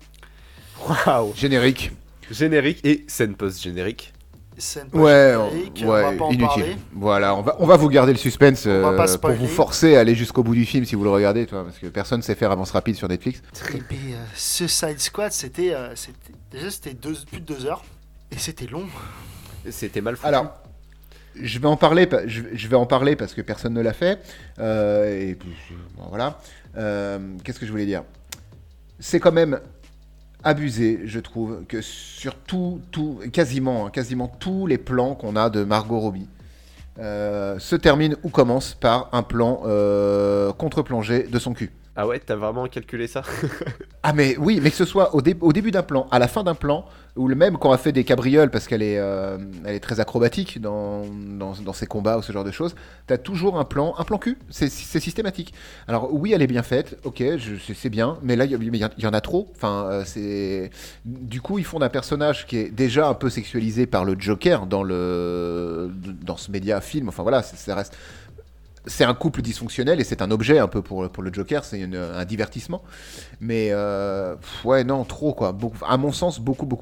Waouh. Générique. Générique et scène post-générique. Scène Ouais, post-générique, on- on va ouais, pas en inutile. parler. Voilà, on va, on va vous garder le suspense On va euh, pas pour spoiler. vous forcer à aller jusqu'au bout du film si vous le regardez, toi, parce que personne sait faire avance rapide sur Netflix. Et puis, euh, Suicide Squad, c'était, euh, c'était déjà c'était deux, plus de deux heures et c'était long. C'était mal foutu. Alors, je vais en parler, pa- je, je vais en parler parce que personne ne l'a fait. euh, et puis, bon, voilà. Euh, Qu'est-ce que je voulais dire? C'est quand même abusé, je trouve, que sur tout, tout, quasiment, hein, quasiment tous les plans qu'on a de Margot Robbie euh, se terminent ou commencent par un plan euh, contre-plongé de son cul. Ah ouais, t'as vraiment calculé ça? Ah mais oui, mais que ce soit au, dé- au début d'un plan, à la fin d'un plan, ou le même quand elle fait des cabrioles parce qu'elle est, euh, elle est très acrobatique dans, dans, dans ses combats ou ce genre de choses, t'as toujours un plan, un plan cul, c'est c'est systématique. Alors oui, elle est bien faite, ok, je- c'est c'est bien, mais là il y, a- mais il y en- il y en a trop. Enfin, euh, c'est du coup ils font d'un personnage qui est déjà un peu sexualisé par le Joker dans le dans ce média film. Enfin voilà, c'est- ça reste. C'est un couple dysfonctionnel et c'est un objet un peu pour, pour le Joker, c'est une- un divertissement. Mais euh, pff, ouais, non, trop quoi. Beaucoup, à mon sens, beaucoup, beaucoup trop.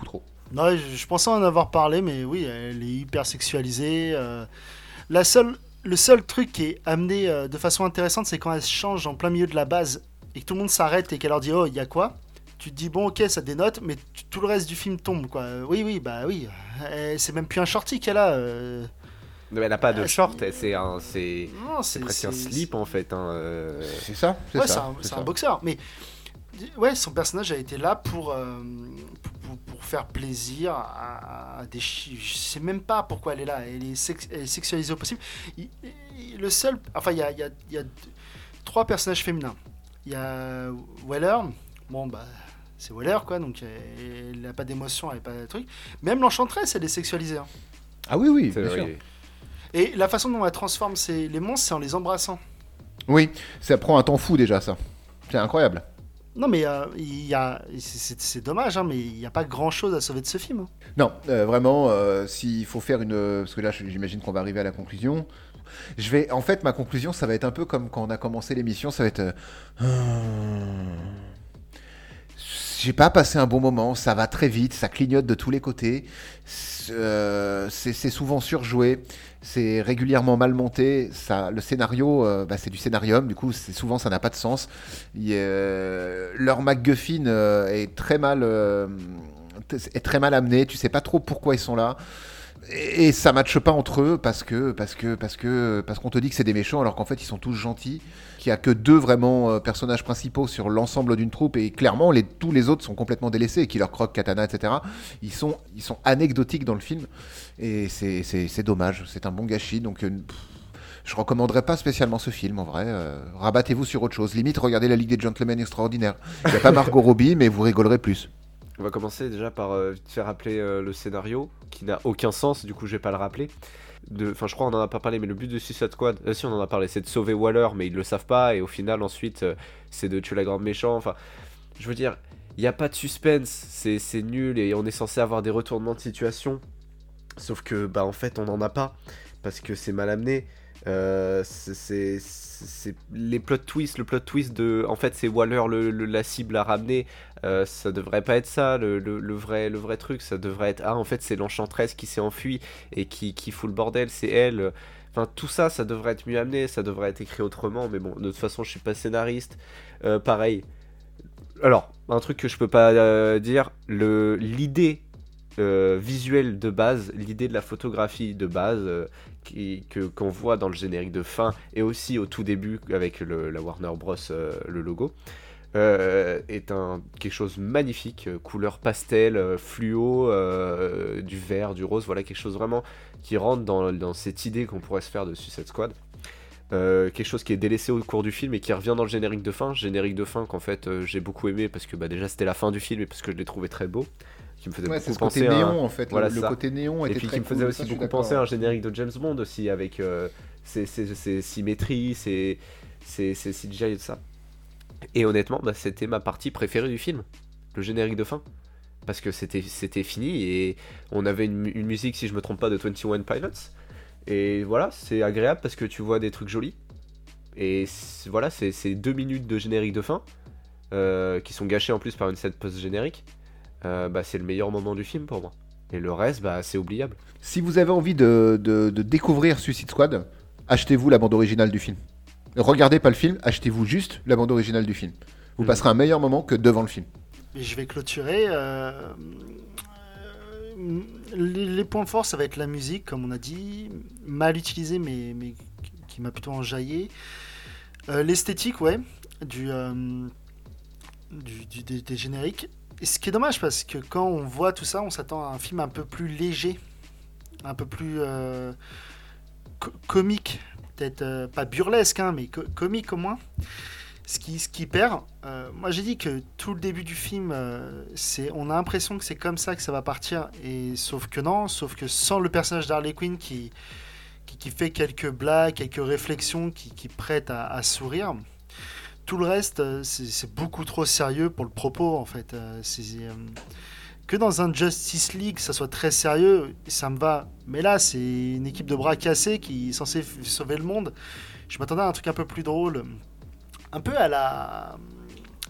Non, je, je pensais en avoir parlé, mais oui, elle est hyper sexualisée. euh. La seule, le seul truc qui est amené euh, de façon intéressante, c'est quand elle change en plein milieu de la base et que tout le monde s'arrête et qu'elle leur dit oh, il y a quoi? Tu te dis bon, ok, ça dénote, mais t- tout le reste du film tombe, quoi. Euh, Oui, oui, bah oui. Euh, c'est même plus un shorty qu'elle a. euh. Mais elle n'a pas de Ah, short, c'est- c'est un, c'est, Non, c'est c'est presque un c'est- slip en fait. Hein, euh. C'est ça, c'est Ouais, c'est ça. un, c'est c'est ça. un boxeur. Mais ouais, son personnage a été là pour, euh, pour, pour faire plaisir à, à des chi- Je sais même pas pourquoi elle est là. Elle est, sex- elle est sexualisée au possible. Il- il- le seul. Enfin, il y a, il y a- il y a trois personnages féminins. Il y a Weller. Bon, bah. C'est Weller, quoi. Donc, elle n'a pas d'émotion, elle n'a pas de truc. Même l'enchanteresse, elle est sexualisée. Hein. Ah oui, oui, C'est bien vrai, sûr. il- Et la façon dont elle transforme ses- les monstres, c'est en les embrassant. Oui, ça prend un temps fou déjà, ça. C'est incroyable. Non, mais euh, il y a, c'est, c'est- c'est dommage, hein, mais il n'y a pas grand-chose à sauver de ce film. Hein. Non, euh, vraiment, euh, s'il faut faire une... euh, Parce que là, j'imagine qu'on va arriver à la conclusion. Je vais... En fait, ma conclusion, ça va être un peu comme quand on a commencé l'émission, ça va être... euh, Hmm. J'ai pas passé un bon moment, ça va très vite, ça clignote de tous les côtés, c'est euh, c'est- c'est souvent surjoué, c'est régulièrement mal monté, ça, le scénario, euh, bah, c'est du scénarium, du coup c'est souvent ça n'a pas de sens. Il y a- leur MacGuffin euh, est très mal, euh, est très mal amené, tu sais pas trop pourquoi ils sont là. Et et ça matche pas entre eux parce que parce que parce que parce qu'on te dit que c'est des méchants alors qu'en fait ils sont tous gentils, qu'il y a que deux vraiment euh, personnages principaux sur l'ensemble d'une troupe et clairement les tous les autres sont complètement délaissés, Killer Croc, Katana, et cetera. Ils sont ils sont anecdotiques dans le film et c'est c'est c'est dommage, c'est un bon gâchis donc euh, pff, je recommanderais pas spécialement ce film en vrai. euh, rabattez-vous sur autre chose. Limite regardez la Ligue des Gentlemen Extraordinaires. Il y a pas Margot Robbie mais vous rigolerez plus. On va commencer déjà par euh, te faire rappeler euh, le scénario, qui n'a aucun sens, du coup je vais pas le rappeler. De- Enfin je crois on en a pas parlé, mais le but de Suicide Squad, euh, si on en a parlé, c'est de sauver Waller, mais ils le savent pas, et au final ensuite euh, c'est de tuer la grande méchante, enfin je veux dire, il n'y a pas de suspense, c'est c'est nul, et on est censé avoir des retournements de situation, sauf que bah en fait on n'en a pas, parce que c'est mal amené. Euh, c'est c'est- c'est- les plot twists, le plot twist de en fait c'est Waller le, le- la cible à ramener. Euh, ça devrait pas être ça le, le- le vrai le vrai truc, ça devrait être ah en fait c'est l'enchanteresse qui s'est enfuie et qui, qui fout le bordel, c'est elle. Enfin tout ça ça devrait être mieux amené, ça devrait être écrit autrement, mais bon de toute façon je suis pas scénariste. Euh, pareil, alors un truc que je peux pas euh, dire, le l'idée euh, visuelle de base, l'idée de la photographie de base euh, qui, que, qu'on voit dans le générique de fin et aussi au tout début avec le, la Warner Bros, euh, le logo, euh, est un, quelque chose magnifique, euh, couleur pastel, euh, fluo, euh, du vert, du rose, voilà quelque chose vraiment qui rentre dans, dans cette idée qu'on pourrait se faire de Suicide Squad. Euh, quelque chose qui est délaissé au cours du film et qui revient dans le générique de fin, générique de fin qu'en fait euh, j'ai beaucoup aimé parce que bah, déjà c'était la fin du film et parce que je l'ai trouvé très beau, qui me faisait Ouais, beaucoup c'est ce penser côté à néon en fait. voilà, le, le ça. côté néon Et était puis très qui me faisait cool, aussi ça, je suis beaucoup d'accord. penser à un générique de James Bond aussi avec euh, ses, ses- ses symétries, ses, ses, ses C G I et tout ça. Et honnêtement, bah, c'était ma partie préférée du film, le générique de fin. Parce que c'était, c'était fini et on avait une, mu- une musique, si je me trompe pas, de vingt et un Pilots. Et voilà, c'est agréable parce que tu vois des trucs jolis. Et c'est- voilà, c'est, c'est deux minutes de générique de fin euh, qui sont gâchées en plus par une scène post-générique. Euh, bah, c'est le meilleur moment du film pour moi. Et le reste, bah, c'est oubliable. Si vous avez envie de, de- de découvrir Suicide Squad, achetez-vous la bande originale du film. Regardez pas le film, achetez-vous juste la bande originale du film. Vous Mhm. passerez un meilleur moment que devant le film. Et je vais clôturer. euh, euh, les, les points forts, ça va être la musique, comme on a dit, mal utilisée, mais, mais qui m'a plutôt enjaillé. Euh, L'esthétique, ouais, du, euh, du, du- des, des génériques. Et ce qui est dommage, parce que quand on voit tout ça, on s'attend à un film un peu plus léger, un peu plus euh, co- comique, peut-être euh, pas burlesque, hein, mais co- comique au moins. Ce qui, ce qui perd, euh, moi j'ai dit que tout le début du film, euh, c'est, on a l'impression que c'est comme ça que ça va partir, et sauf que non, sauf que sans le personnage d'Harley Quinn qui, qui, qui fait quelques blagues, quelques réflexions, qui, qui prête à, à sourire, tout le reste, euh, c'est, c'est beaucoup trop sérieux pour le propos en fait. Euh, c'est, euh, que dans un Justice League, ça soit très sérieux, ça me va. Mais là, c'est une équipe de bras cassés qui est censée f- sauver le monde. Je m'attendais à un truc un peu plus drôle. Un peu à la,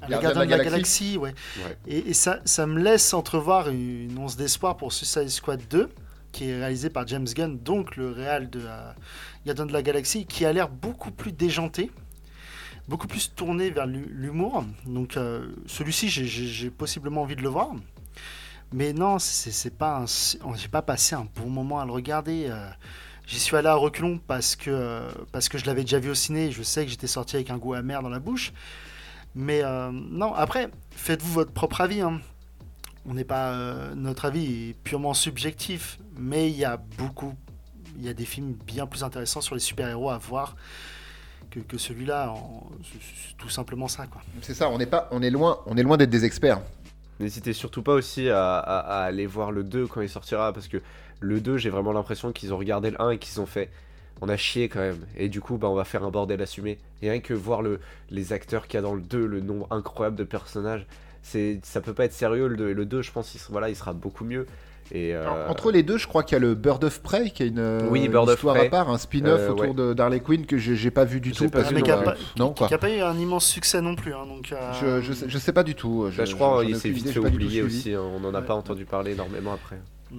Les Gardiens de la Galaxie, ouais. ouais. Et, et ça, ça me laisse entrevoir une once d'espoir pour Suicide Squad deux, qui est réalisé par James Gunn, donc le réal de euh, Gardiens de la Galaxie, qui a l'air beaucoup plus déjanté, beaucoup plus tourné vers l'humour. Donc euh, celui-ci, j'ai, j'ai, j'ai possiblement envie de le voir. Mais non, c'est, c'est pas un, j'ai pas passé un bon moment à le regarder. Euh, j'y suis allé à reculons parce que, euh, parce que je l'avais déjà vu au ciné. Et je sais que j'étais sorti avec un goût amer dans la bouche. Mais euh, non, après, faites-vous votre propre avis. Hein. On n'est pas, euh, notre avis est purement subjectif, mais il y a beaucoup, il y a des films bien plus intéressants sur les super-héros à voir que, que celui-là. En, c'est, c'est tout simplement ça, quoi. C'est ça. On n'est pas, on est loin, on est loin d'être des experts. N'hésitez surtout pas aussi à, à, à aller voir le deux quand il sortira, parce que le deux, j'ai vraiment l'impression qu'ils ont regardé le un et qu'ils ont fait. On a chié quand même, et du coup bah, on va faire un bordel assumé. Et rien que voir le, les acteurs qu'il y a dans le deux, le nombre incroyable de personnages, c'est, ça peut pas être sérieux. Le deux, et le deux je pense il sera, voilà, il sera beaucoup mieux. Et euh... Alors, entre les deux, je crois qu'il y a le Bird of Prey qui a une, oui, une Bird histoire of Prey. à part, un spin-off euh, autour ouais. de d'Harley Quinn que j'ai, j'ai pas vu du je tout. Pas parce vu qui n'a pas, non, qui, qui pas eu un immense succès non plus. Hein, donc, euh... je, je, sais, je sais pas du tout. Je, bah, je crois il s'est vite fait oublier aussi. Hein, on n'en a ouais. pas entendu parler énormément après.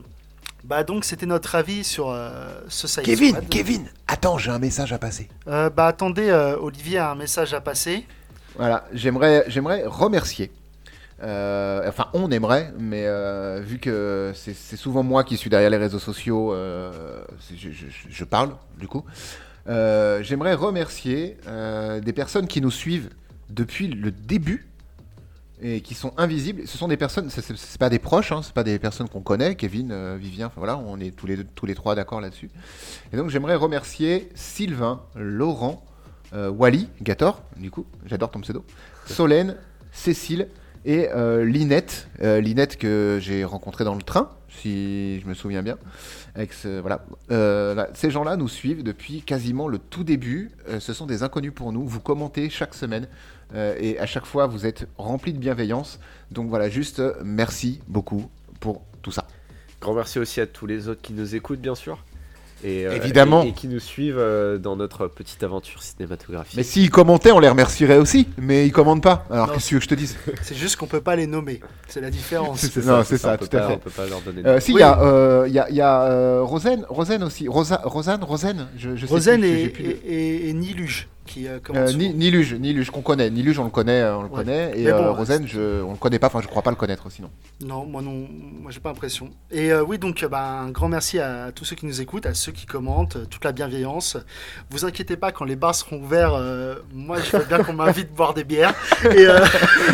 Bah donc c'était notre avis sur euh, Suicide Kevin, Squad. Kevin, attends, j'ai un message à passer. Euh, bah attendez, euh, Olivier a un message à passer. Voilà, j'aimerais, j'aimerais remercier. Euh, enfin, on aimerait, mais euh, vu que c'est, c'est souvent moi qui suis derrière les réseaux sociaux, euh, je, je, je parle du coup. Euh, j'aimerais remercier euh, des personnes qui nous suivent depuis le début. Et qui sont invisibles. Ce sont des personnes, c'est, c'est, c'est pas des proches, hein, c'est pas des personnes qu'on connaît, Kevin, euh, Vivien, enfin voilà, on est tous les, deux, tous les trois d'accord là-dessus. Et donc j'aimerais remercier Sylvain, Laurent, euh, Wally, Gator, du coup, j'adore ton pseudo, Solène, Cécile et euh, Linette, euh, Linette que j'ai rencontrée dans le train, si je me souviens bien. Avec ce, voilà. Euh, là, ces gens-là nous suivent depuis quasiment le tout début. Euh, ce sont des inconnus pour nous. Vous commentez chaque semaine euh, et à chaque fois vous êtes remplis de bienveillance. Donc voilà, juste euh, merci beaucoup pour tout ça. Grand merci aussi à tous les autres qui nous écoutent, bien sûr. Et, euh, évidemment. Et, et qui nous suivent euh, dans notre petite aventure cinématographique. Mais s'ils commentaient, on les remercierait aussi. Mais ils commentent pas. Alors non, qu'est-ce que tu veux que je te dise ? C'est juste qu'on peut pas les nommer. C'est la différence. c'est, c'est, non, c'est, c'est ça, ça tout pas, à fait. On peut pas leur donner. Euh, si il oui. y a, euh, y a, y a euh, Rosen, Rosen aussi. Rosa, Rosanne, Rosen. Je, je sais Rosen plus, et, plus et, et, et Niluge qui euh, commence. Euh, ni, Niluge, Niluge qu'on connaît. Niluge, on le connaît, on le ouais. connaît. Et bon, euh, Rosen, je, on le connaît pas. Enfin, je crois pas le connaître sinon. Non, moi non, moi j'ai pas l'impression. Et euh, oui, donc bah, un grand merci à tous ceux qui nous écoutent, à ceux qui commentent, toute la bienveillance. Vous inquiétez pas, quand les bars seront ouverts, euh, moi je veux bien qu'on m'invite boire des bières. Et euh...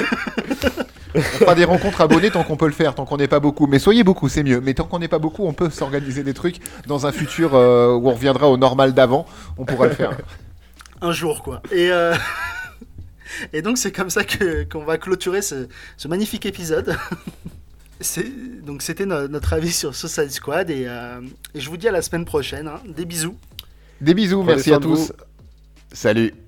on fera des rencontres abonnées tant qu'on peut le faire, tant qu'on n'est pas beaucoup. Mais soyez beaucoup, c'est mieux. Mais tant qu'on n'est pas beaucoup, on peut s'organiser des trucs dans un futur euh, où on reviendra au normal d'avant. On pourra le faire. Un jour, quoi. Et, euh... et donc c'est comme ça que, qu'on va clôturer ce, ce magnifique épisode. C'est, donc c'était no- notre avis sur Suicide Squad et, euh, et je vous dis à la semaine prochaine. Hein. Des bisous. Des bisous, Prenez merci à tous. Salut.